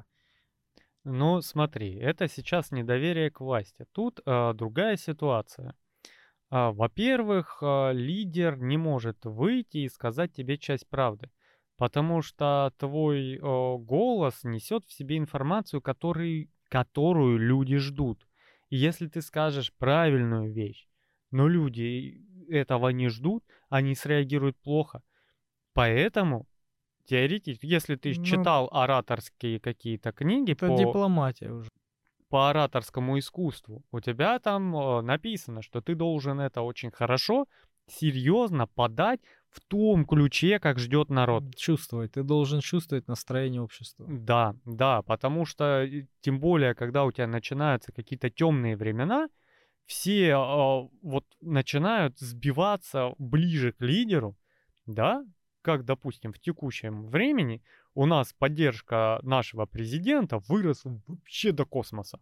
Ну, смотри, это сейчас недоверие к власти. Тут а, другая ситуация. А, во-первых, а, лидер не может выйти и сказать тебе часть правды, потому что твой о, голос несет в себе информацию, который, которую люди ждут. И если ты скажешь правильную вещь, но люди этого не ждут, они среагируют плохо. Поэтому теоретически, если ты Ну, читал ораторские какие-то книги это по дипломатия уже. по ораторскому искусству, у тебя там э, написано, что ты должен это очень хорошо, серьезно подать в том ключе, как ждет народ. М, чувствовать. Ты должен чувствовать настроение общества. Да, да, потому что э, тем более, когда у тебя начинаются какие-то темные времена, все э, вот начинают сбиваться ближе к лидеру, да, как, допустим, в текущем времени у нас поддержка нашего президента выросла вообще до космоса.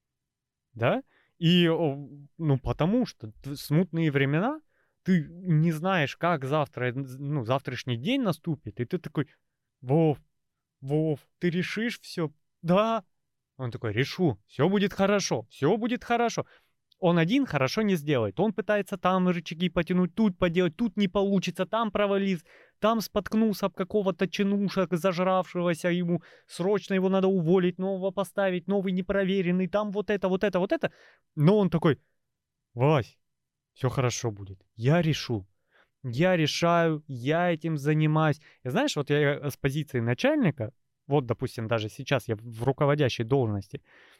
Да? И, о, ну, потому что т смутные времена, ты не знаешь, как завтра, н з ну, завтрашний день наступит, и ты такой: "Вов, Вов, ты решишь все? Да". Он такой: "Решу, все будет хорошо, все будет хорошо". Он один хорошо не сделает. Он пытается там рычаги потянуть, тут поделать, тут не получится, там провалился, там споткнулся об какого-то чинуша зажравшегося, ему срочно его надо уволить, нового поставить, новый непроверенный, там вот это, вот это, вот это. Но он такой: "Вась, все хорошо будет, я решу, я решаю, я этим занимаюсь". И знаешь, вот я э, с позиции начальника, вот, допустим, даже сейчас я в руководящей должности,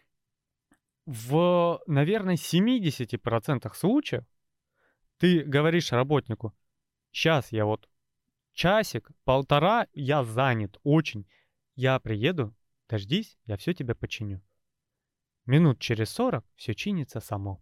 в, наверное, семидесяти процентах случаев ты говоришь работнику: "Сейчас я вот часик, полтора, я занят очень. Я приеду, дождись, я все тебе починю". Минут через сорок все чинится само.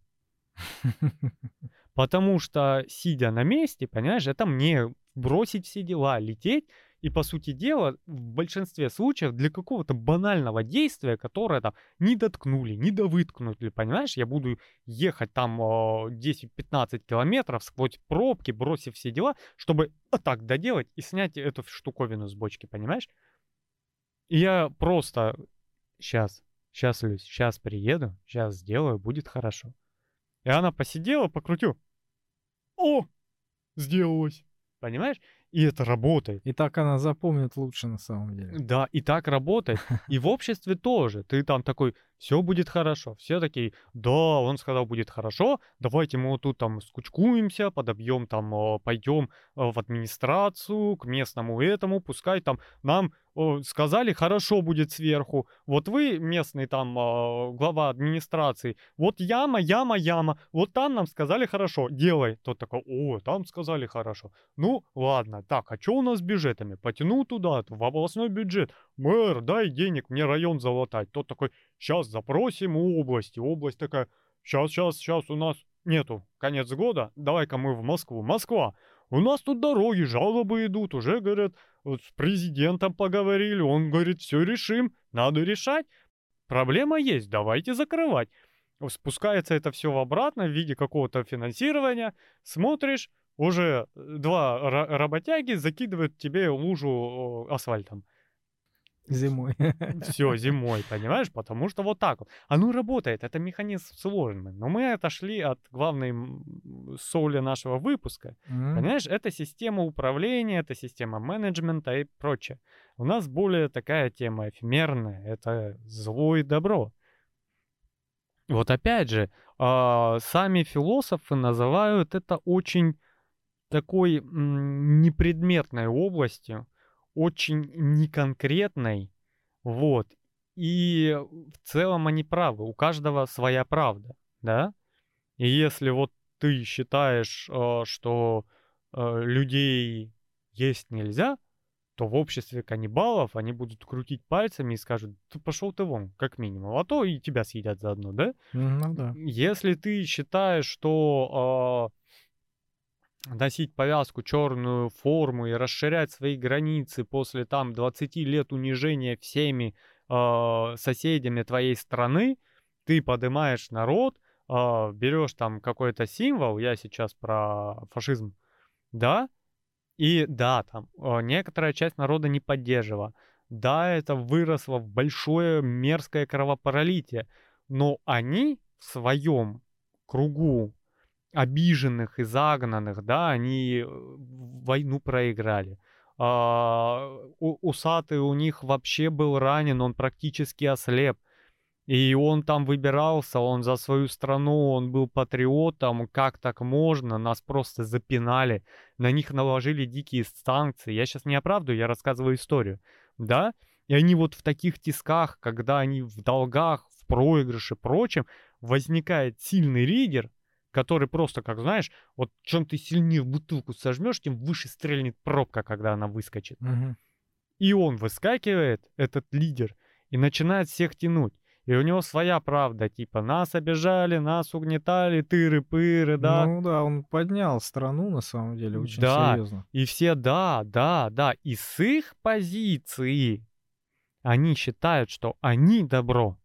Потому что, сидя на месте, понимаешь, это мне бросить все дела, лететь. И, по сути дела, в большинстве случаев для какого-то банального действия, которое там не доткнули, не довыткнули, понимаешь, я буду ехать там а, десять-пятнадцать километров сквозь пробки, бросив все дела, чтобы вот так доделать и снять эту штуковину с бочки, понимаешь? И я просто сейчас, сейчас, Люсь, сейчас приеду, сейчас сделаю, будет хорошо. И она посидела, покрутила. О, сделалось. Понимаешь? И это работает. И так она запомнит лучше на самом деле. Да, и так работает. И в обществе тоже. Ты там такой: все будет хорошо. Все такие: да, он сказал, будет хорошо, давайте мы вот тут там скучкуемся, подобьем там, а, пойдем а, в администрацию, к местному этому, пускай там нам о, сказали, хорошо будет сверху. Вот вы, местный там а, глава администрации, вот яма, яма, яма, вот там нам сказали хорошо, делай. Тот такой: о, там сказали хорошо. Ну, ладно, так, а что у нас с бюджетами? Потяну туда, в областной бюджет. Мэр, дай денег, мне район залатать. Тот такой: сейчас запросим у области. Область такая: сейчас, сейчас, сейчас у нас нету, конец года, давай-ка мы в Москву. Москва, у нас тут дороги, жалобы идут, уже, говорят, вот с президентом поговорили, он говорит, все решим, надо решать. Проблема есть, давайте закрывать. Спускается это все обратно в виде какого-то финансирования. Смотришь, уже э, два ра- работяги закидывают тебе лужу э, асфальтом. Зимой. Все зимой, понимаешь? Потому что вот так вот. Оно работает, это механизм сложный. Но мы отошли от главной м, соли нашего выпуска. М. Понимаешь, это система управления, это система менеджмента и прочее. У нас более такая тема эфемерная, это зло и добро. Вот опять же, а, сами философы называют это очень такой м, непредметной областью, очень неконкретной, вот. И в целом они правы, у каждого своя правда, да? И если вот ты считаешь, а, что а, людей есть нельзя, то в обществе каннибалов они будут крутить пальцами и скажут: ты пошел ты вон, как минимум, а то и тебя съедят заодно, да? М, Ну да. Если ты считаешь, что а, носить повязку, черную форму и расширять свои границы после там двадцати лет унижения всеми а, соседями твоей страны, ты поднимаешь народ, а, берешь там какой-то символ, я сейчас про фашизм, да, и да, там а, некоторая часть народа не поддерживала. Да, это выросло в большое мерзкое кровопролитие, но они в своем кругу обиженных и загнанных, да, они э, войну проиграли. А, у- усатый у них вообще был ранен, он практически ослеп. И он там выбирался, он за свою страну, он был патриотом, как так можно, нас просто запинали, на них наложили дикие санкции. Я сейчас не оправдываю, я рассказываю историю, да? И они вот в таких тисках, когда они в долгах, в проигрыше, прочем, возникает сильный лидер, который просто, как знаешь, вот чем ты сильнее в бутылку сожмешь, тем выше стрельнет пробка, когда она выскочит. Мгм. И он выскакивает, этот лидер, и начинает всех тянуть. И у него своя правда, типа, нас обижали, нас угнетали, тыры-пыры, да. Ну да, он поднял страну на самом деле очень Да, серьезно. и все, да, да, да. И с их позиции они считают, что они добро.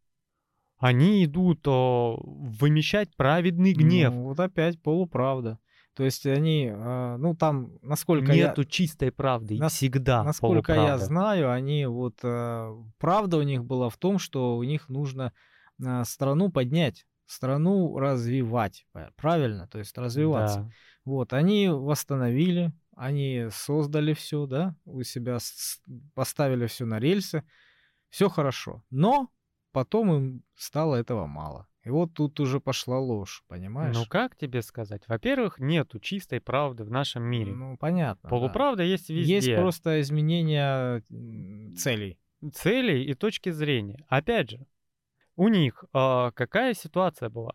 Они идут о, вымещать праведный гнев. Ну вот опять полуправда. То есть они, а, ну там, насколько я, Нету чистой правды, нас- всегда насколько я полуправда. знаю, они вот, а, правда у них была в том, что у них нужно а, страну поднять, страну развивать, па- правильно, то есть развиваться. Да. Вот, они восстановили, они создали все, да, у себя с- поставили все на рельсы, все хорошо. Но потом им стало этого мало. И вот тут уже пошла ложь, Ну понимаешь? как тебе сказать? Во-первых, нету чистой правды в нашем мире. Ну, понятно, да. Полуправда есть Есть везде. просто изменение м, целей. Целей и точки зрения. Опять же, у них а, какая ситуация была?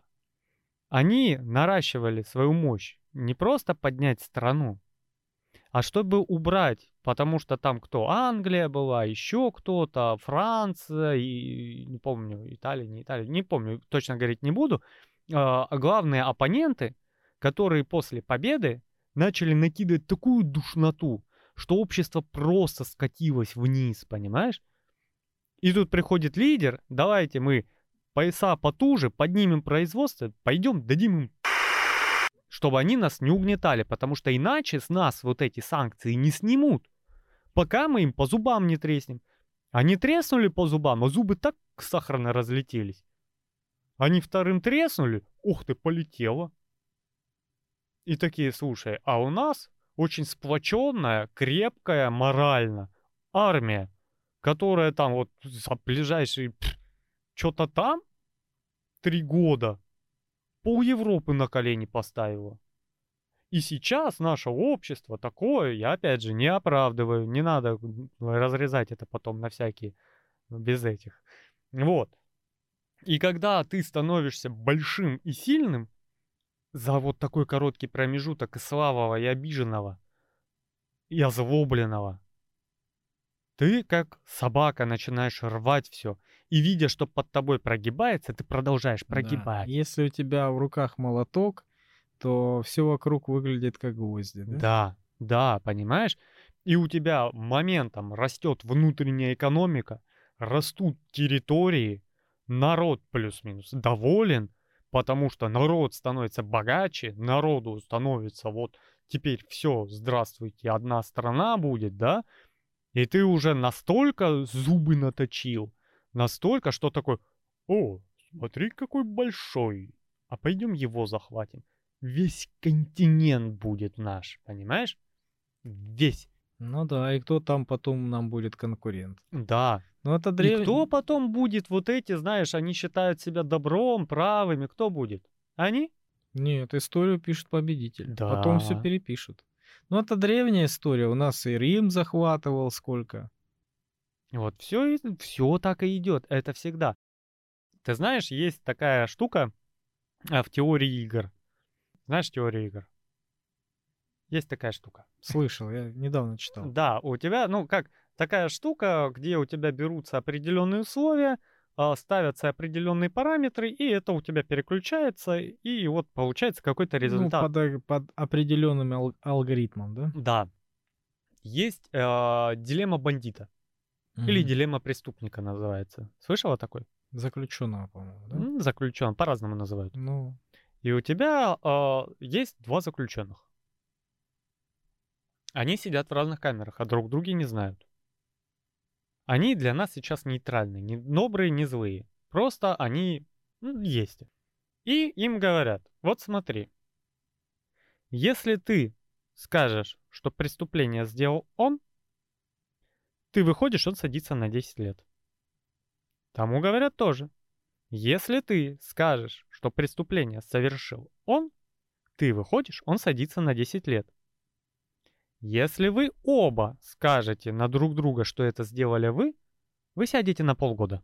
Они наращивали свою мощь не просто поднять страну, а чтобы убрать, потому что там кто? Англия была, еще кто-то, Франция, и не помню, Италия, не Италия, не помню, точно говорить не буду. А, а главные оппоненты, которые после победы начали накидывать такую душноту, что общество просто скатилось вниз, понимаешь? И тут приходит лидер, давайте мы пояса потуже, поднимем производство, пойдем дадим им, чтобы они нас не угнетали, потому что иначе с нас вот эти санкции не снимут, пока мы им по зубам не треснем. Они треснули по зубам, а зубы так сахарно разлетелись. Они вторым треснули, ух ты, полетело. И такие, слушай, а у нас очень сплоченная, крепкая морально армия, которая там вот за ближайшие что-то там три года пол Европы на колени поставила. И сейчас наше общество такое, я опять же не оправдываю, не надо разрезать это потом на всякие, без этих. Вот. И когда ты становишься большим и сильным, за вот такой короткий промежуток и слабого, и обиженного, и озлобленного, ты как собака начинаешь рвать все. И видя, что под тобой прогибается, ты продолжаешь Да. прогибать. Если у тебя в руках молоток, то все вокруг выглядит как гвозди, да? Да, да, понимаешь? И у тебя моментом растет внутренняя экономика, растут территории, народ плюс-минус доволен, потому что народ становится богаче, народу становится вот теперь все, здравствуйте, одна страна будет, да? И ты уже настолько зубы наточил, настолько, что такой, о, смотри, какой большой, а пойдем его захватим. Весь континент будет наш, понимаешь? Весь. Ну да, и кто там потом нам будет конкурент? Да. Ну это И кто древ... потом будет вот эти, знаешь, они считают себя добром, правыми, кто будет? Они? Нет, историю пишет победитель. Потом все Да. перепишут. Ну это древняя история. У нас и Рим захватывал сколько. Вот все, все так и идет. Это всегда. Ты знаешь, есть такая штука а, в теории игр. Знаешь теорию игр? Есть такая штука. Слышал, я недавно читал. Да, у тебя, ну, как такая штука, где у тебя берутся определенные условия, а, ставятся определенные параметры, и это у тебя переключается, и вот получается какой-то Ну, результат. под, э, под определенным ал- алгоритмом, да? Да, есть а, дилемма бандита или Мгм. дилемма преступника называется. Слышала такой? Заключенного, по-моему, да? М, Заключен, по-разному называют. Ну, И у тебя а, есть два заключенных. Они сидят в разных камерах, а друг друга не знают. Они для нас сейчас нейтральны, не добрые, не злые. Просто они ну, есть. И им говорят, вот смотри, если ты скажешь, что преступление сделал он, ты выходишь, он садится на десять лет. Тому говорят тоже. Если ты скажешь, что преступление совершил он, ты выходишь, он садится на десять лет. Если вы оба скажете на друг друга, что это сделали вы, вы сядете на полгода.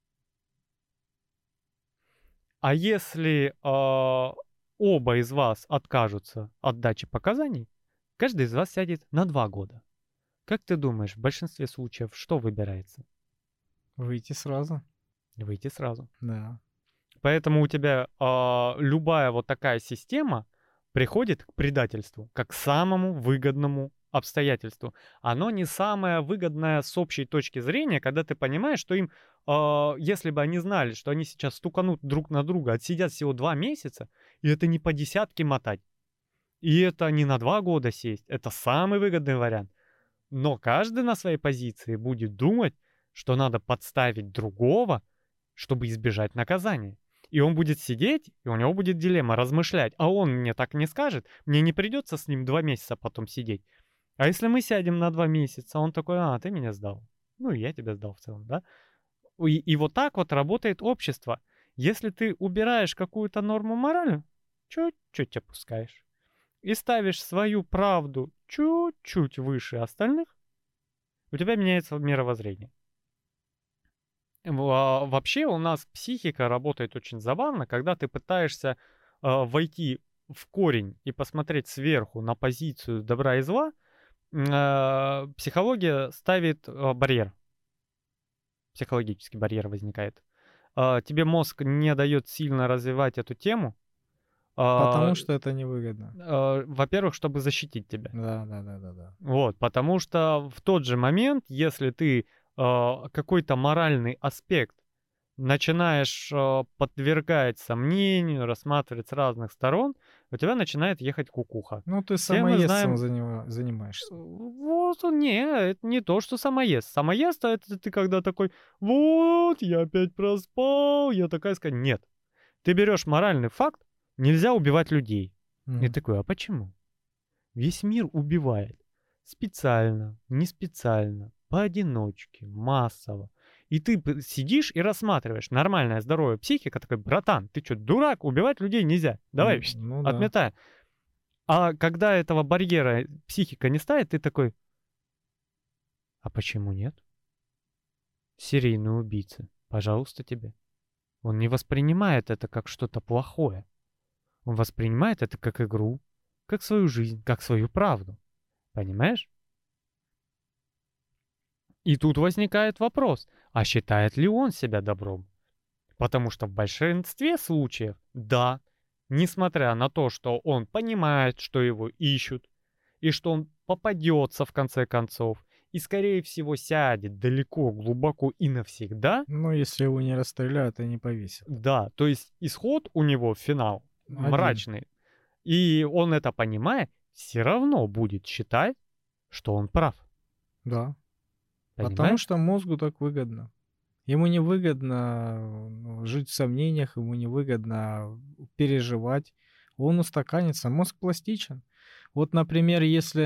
А если а, оба из вас откажутся от дачи показаний, каждый из вас сядет на два года. Как ты думаешь, в большинстве случаев что выбирается? выйти сразу. Выйти сразу. Да. Поэтому у тебя а, любая вот такая система приходит к предательству, как к самому выгодному обстоятельству. Оно не самое выгодное с общей точки зрения, когда ты понимаешь, что им, а, если бы они знали, что они сейчас стуканут друг на друга, отсидят всего два месяца, и это не по десятке мотать, и это не на два года сесть, это самый выгодный вариант. Но каждый на своей позиции будет думать, что надо подставить другого, чтобы избежать наказания. И он будет сидеть, и у него будет дилемма размышлять. А он мне так не скажет, мне не придется с ним два месяца потом сидеть. А если мы сядем на два месяца, он такой, а, ты меня сдал. Ну, и я тебя сдал в целом, да? И, и вот так вот работает общество. Если ты убираешь какую-то норму морали, чуть-чуть опускаешь. И ставишь свою правду чуть-чуть выше остальных, у тебя меняется мировоззрение. Во- Вообще у нас психика работает очень забавно, когда ты пытаешься а, войти в корень и посмотреть сверху на позицию добра и зла, м, а, психология ставит а, барьер, психологический барьер возникает. А, Тебе мозг не дает сильно развивать эту тему, а, Потому что это невыгодно. а, во-первых, чтобы защитить тебя. Да, да, да, да, да. Вот, потому что в тот же момент, если ты а, какой-то моральный аспект начинаешь а, подвергать сомнению, рассматривать с разных сторон, у тебя начинает ехать кукуха. Ну, ты Все мы самоедством знаем, занима- занимаешься. вот он, не, это не то, что самоест. Самоест, а это ты когда такой, вот, я опять проспал, я такая сказать. Нет, ты берешь моральный факт, нельзя убивать людей. И Мгм. такой, а почему? Весь мир убивает. Специально, не специально, поодиночке, массово. И ты п- сидишь и рассматриваешь нормальная здоровая психика, такой, братан, ты что, дурак, убивать людей нельзя. Давай, М, Ну да. отметай. А когда этого барьера психика не ставит, ты такой, а почему нет? Серийный убийца, пожалуйста тебе. Он не воспринимает это как что-то плохое. Он воспринимает это как игру, как свою жизнь, как свою правду. Понимаешь? И тут возникает вопрос, а считает ли он себя добром? Потому что в большинстве случаев, да, несмотря на то, что он понимает, что его ищут, и что он попадется в конце концов, и скорее всего сядет далеко, глубоко и навсегда, Ну, если его не расстреляют и не повесят. да, то есть исход у него, финал, Один. мрачный, и он это понимая, все равно будет считать, что он прав. Да. Потому Понимаешь? что мозгу так выгодно. Ему не выгодно ну, жить в сомнениях, ему не выгодно переживать. Он устаканится. Мозг пластичен. Вот, например, если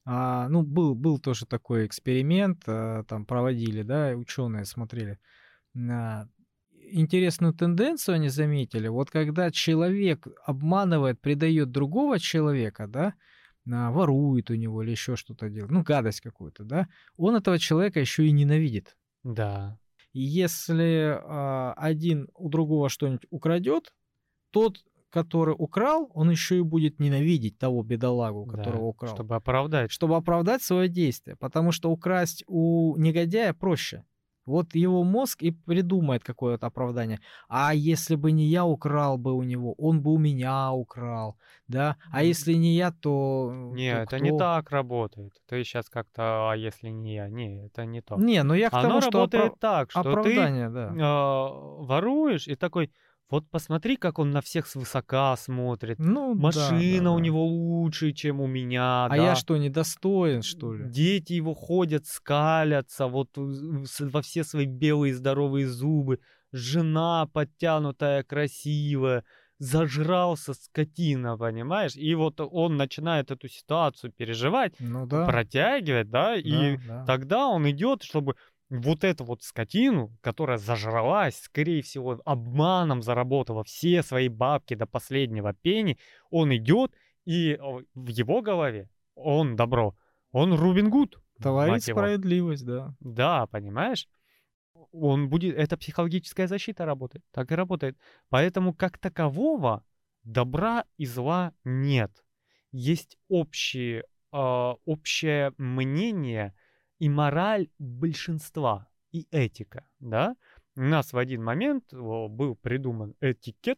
А, ну, был был тоже такой эксперимент, а, там проводили, да, и ученые смотрели. На интересную тенденцию они заметили. Вот когда человек обманывает, предает другого человека, да, а, ворует у него или еще что-то делает, ну, гадость какую-то, да, он этого человека еще и ненавидит. Да. И если, а, один у другого что-нибудь украдет, тот, который украл, он еще и будет ненавидеть того бедолагу, которого Да, украл, чтобы оправдать. чтобы оправдать свое действие. Потому что украсть у негодяя проще. Вот его мозг и придумает какое-то оправдание. А если бы не я украл бы у него, он бы у меня украл, да? А М, если не я, то, Не, то это не кто? так работает. Ты сейчас как-то, а если не я? Не, это не то. Не, ну я к Оно тому, что работает опра- так, что ты оправдание, да. а, воруешь и такой, вот посмотри, как он на всех свысока смотрит. Ну да, да, Машина у да. него лучше, чем у меня, А я да. что, недостоин, что ли? Дети его ходят, скалятся, вот у- с- во все свои белые здоровые зубы. Жена подтянутая, красивая. Зажрался скотина, понимаешь? И вот он начинает эту ситуацию переживать, Ну да, протягивать, да, и да, да. тогда он идет, чтобы вот эту вот скотину, которая зажралась, скорее всего, обманом заработала все свои бабки до последнего пени, он идет, и о, в его голове он добро, он Робин Гуд, Творит мать его. справедливость, да. Да, понимаешь? Он будет, это психологическая защита работает, так и работает. Поэтому как такового добра и зла нет. Есть общие, а, общее мнение и мораль большинства, и этика, да? У нас в один момент о, был придуман этикет,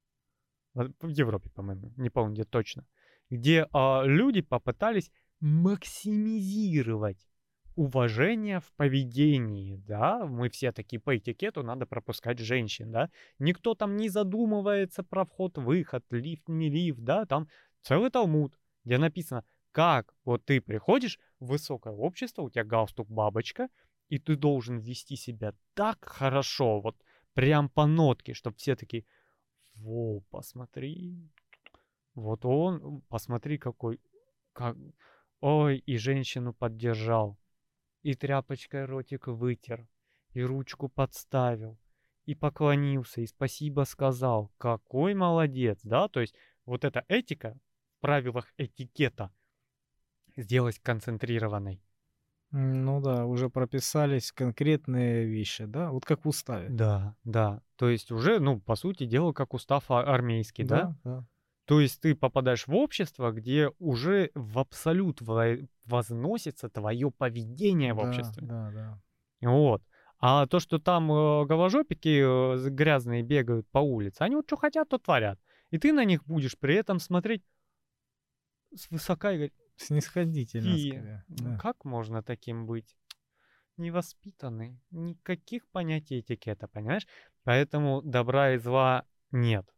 в в Европе, по-моему, не помню где точно, где а, люди попытались максимизировать уважение в поведении, да, мы все такие по этикету надо пропускать женщин, да, никто там не задумывается про вход-выход, лифт, не лифт, да, там целый талмуд, где написано, как вот ты приходишь в высокое общество, у тебя галстук бабочка, и ты должен вести себя так хорошо, вот прям по нотке, чтобы все такие, во, посмотри, вот он, посмотри какой, как, ой, и женщину поддержал, и тряпочкой ротик вытер, и ручку подставил, и поклонился, и спасибо сказал. Какой молодец, да? То есть вот эта этика в правилах этикета сделать концентрированной. М, Ну да, уже прописались конкретные вещи, да, вот как в уставе. Да, да. То есть уже, ну, по сути дела, как устав а- армейский, да? Да, да. То есть ты попадаешь в общество, где уже в абсолют во- возносится твое поведение в Да, обществе. да, да. Вот. А то, что там э, голожопики э, з- грязные бегают по улице, они вот что хотят, то творят. И ты на них будешь при этом смотреть свысока и говорить, Снисходительно фи, скорее. ну Да. как можно таким быть? Невоспитанный, никаких понятий этикета, понимаешь? Поэтому добра и зла нет.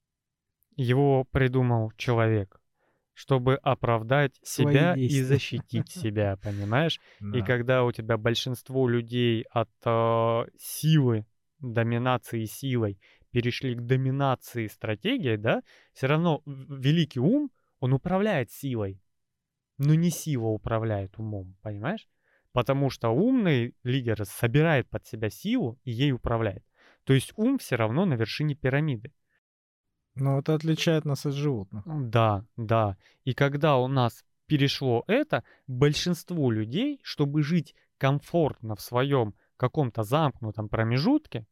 Его придумал человек, чтобы оправдать Свои себя и действия. защитить себя, понимаешь? И Да. когда у тебя большинство людей от э, силы, доминации силой перешли к доминации стратегией, да, все равно в- великий ум, он управляет силой, но не сила управляет умом, понимаешь? Потому что умный лидер собирает под себя силу и ей управляет. То есть ум все равно на вершине пирамиды. Но это отличает нас от животных. М, Да, да. И когда у нас перешло это, большинству людей, чтобы жить комфортно в своем каком-то замкнутом промежутке,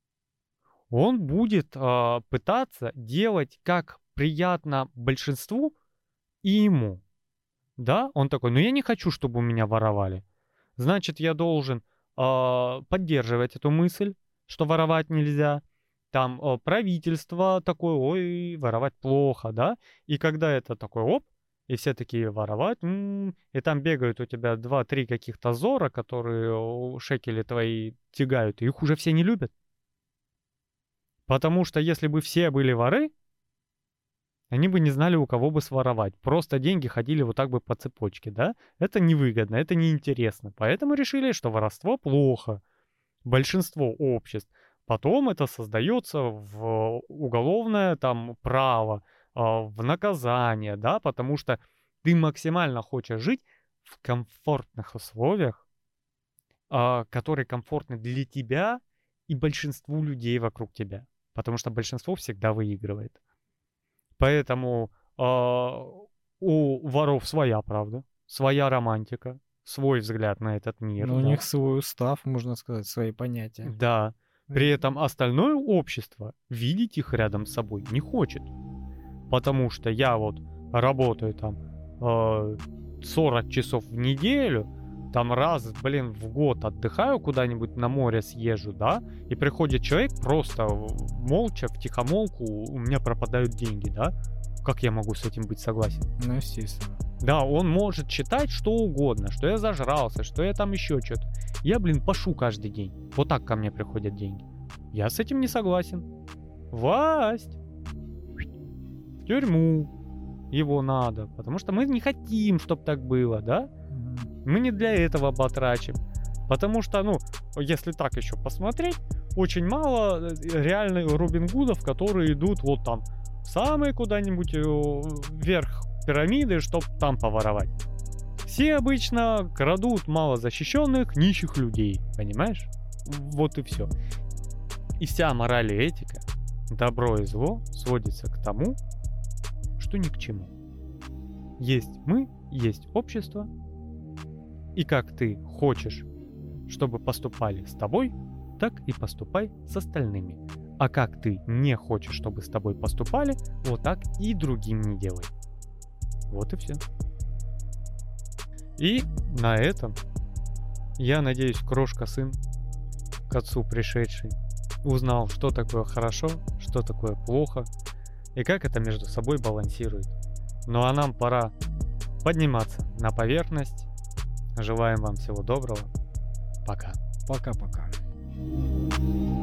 он будет а, пытаться делать как приятно большинству и ему. Да, он такой, ну я не хочу, чтобы у меня воровали. Значит, я должен а, поддерживать эту мысль, что воровать нельзя. Там а, правительство такое, ой, воровать плохо, да? И когда это такой оп, и все такие воровать, м, и там бегают у тебя два-три каких-то зора, которые о, шекели твои тягают, и их уже все не любят. Потому что если бы все были воры, они бы не знали, у кого бы своровать. Просто деньги ходили вот так бы по цепочке, да? Это невыгодно, это неинтересно. Поэтому решили, что воровство плохо. Большинство обществ. Потом это создается в уголовное там право, а, в наказание, да, потому что ты максимально хочешь жить в комфортных условиях, а, которые комфортны для тебя и большинству людей вокруг тебя. Потому что большинство всегда выигрывает. Поэтому а, у воров своя правда, своя романтика, свой взгляд на этот мир. Но у Да. них свой устав, можно сказать, свои понятия. Да. При этом остальное общество видеть их рядом с собой не хочет. Потому что я вот работаю там э, сорок часов в неделю, там раз, блин, в год отдыхаю куда-нибудь на море съезжу, да, и приходит человек просто молча, втихомолку, у меня пропадают деньги, да. Как я могу с этим быть согласен? Ну, естественно. Да, он может считать что угодно, что я зажрался, что я там еще что-то. Я, блин, пашу каждый день. Вот так ко мне приходят деньги. Я с этим не согласен. Власть. В тюрьму его надо. Потому что мы не хотим, чтобы так было, да? Мы не для этого батрачим. Потому что, ну, если так еще посмотреть, очень мало реальных Робин Гудов, которые идут вот там самые куда-нибудь вверх пирамиды, чтобы там поворовать. Все обычно крадут малозащищенных, нищих людей, понимаешь? Вот и все. И вся мораль и этика, добро и зло сводится к тому, что ни к чему. Есть мы, есть общество, и как ты хочешь, чтобы поступали с тобой, так и поступай с остальными. А как ты не хочешь, чтобы с тобой поступали, вот так и другим не делай. Вот и все. И на этом, я надеюсь, крошка-сын, к отцу пришедший, узнал, что такое хорошо, что такое плохо, и как это между собой балансирует. Ну а нам пора подниматься на поверхность. Желаем вам всего доброго. Пока. Пока-пока.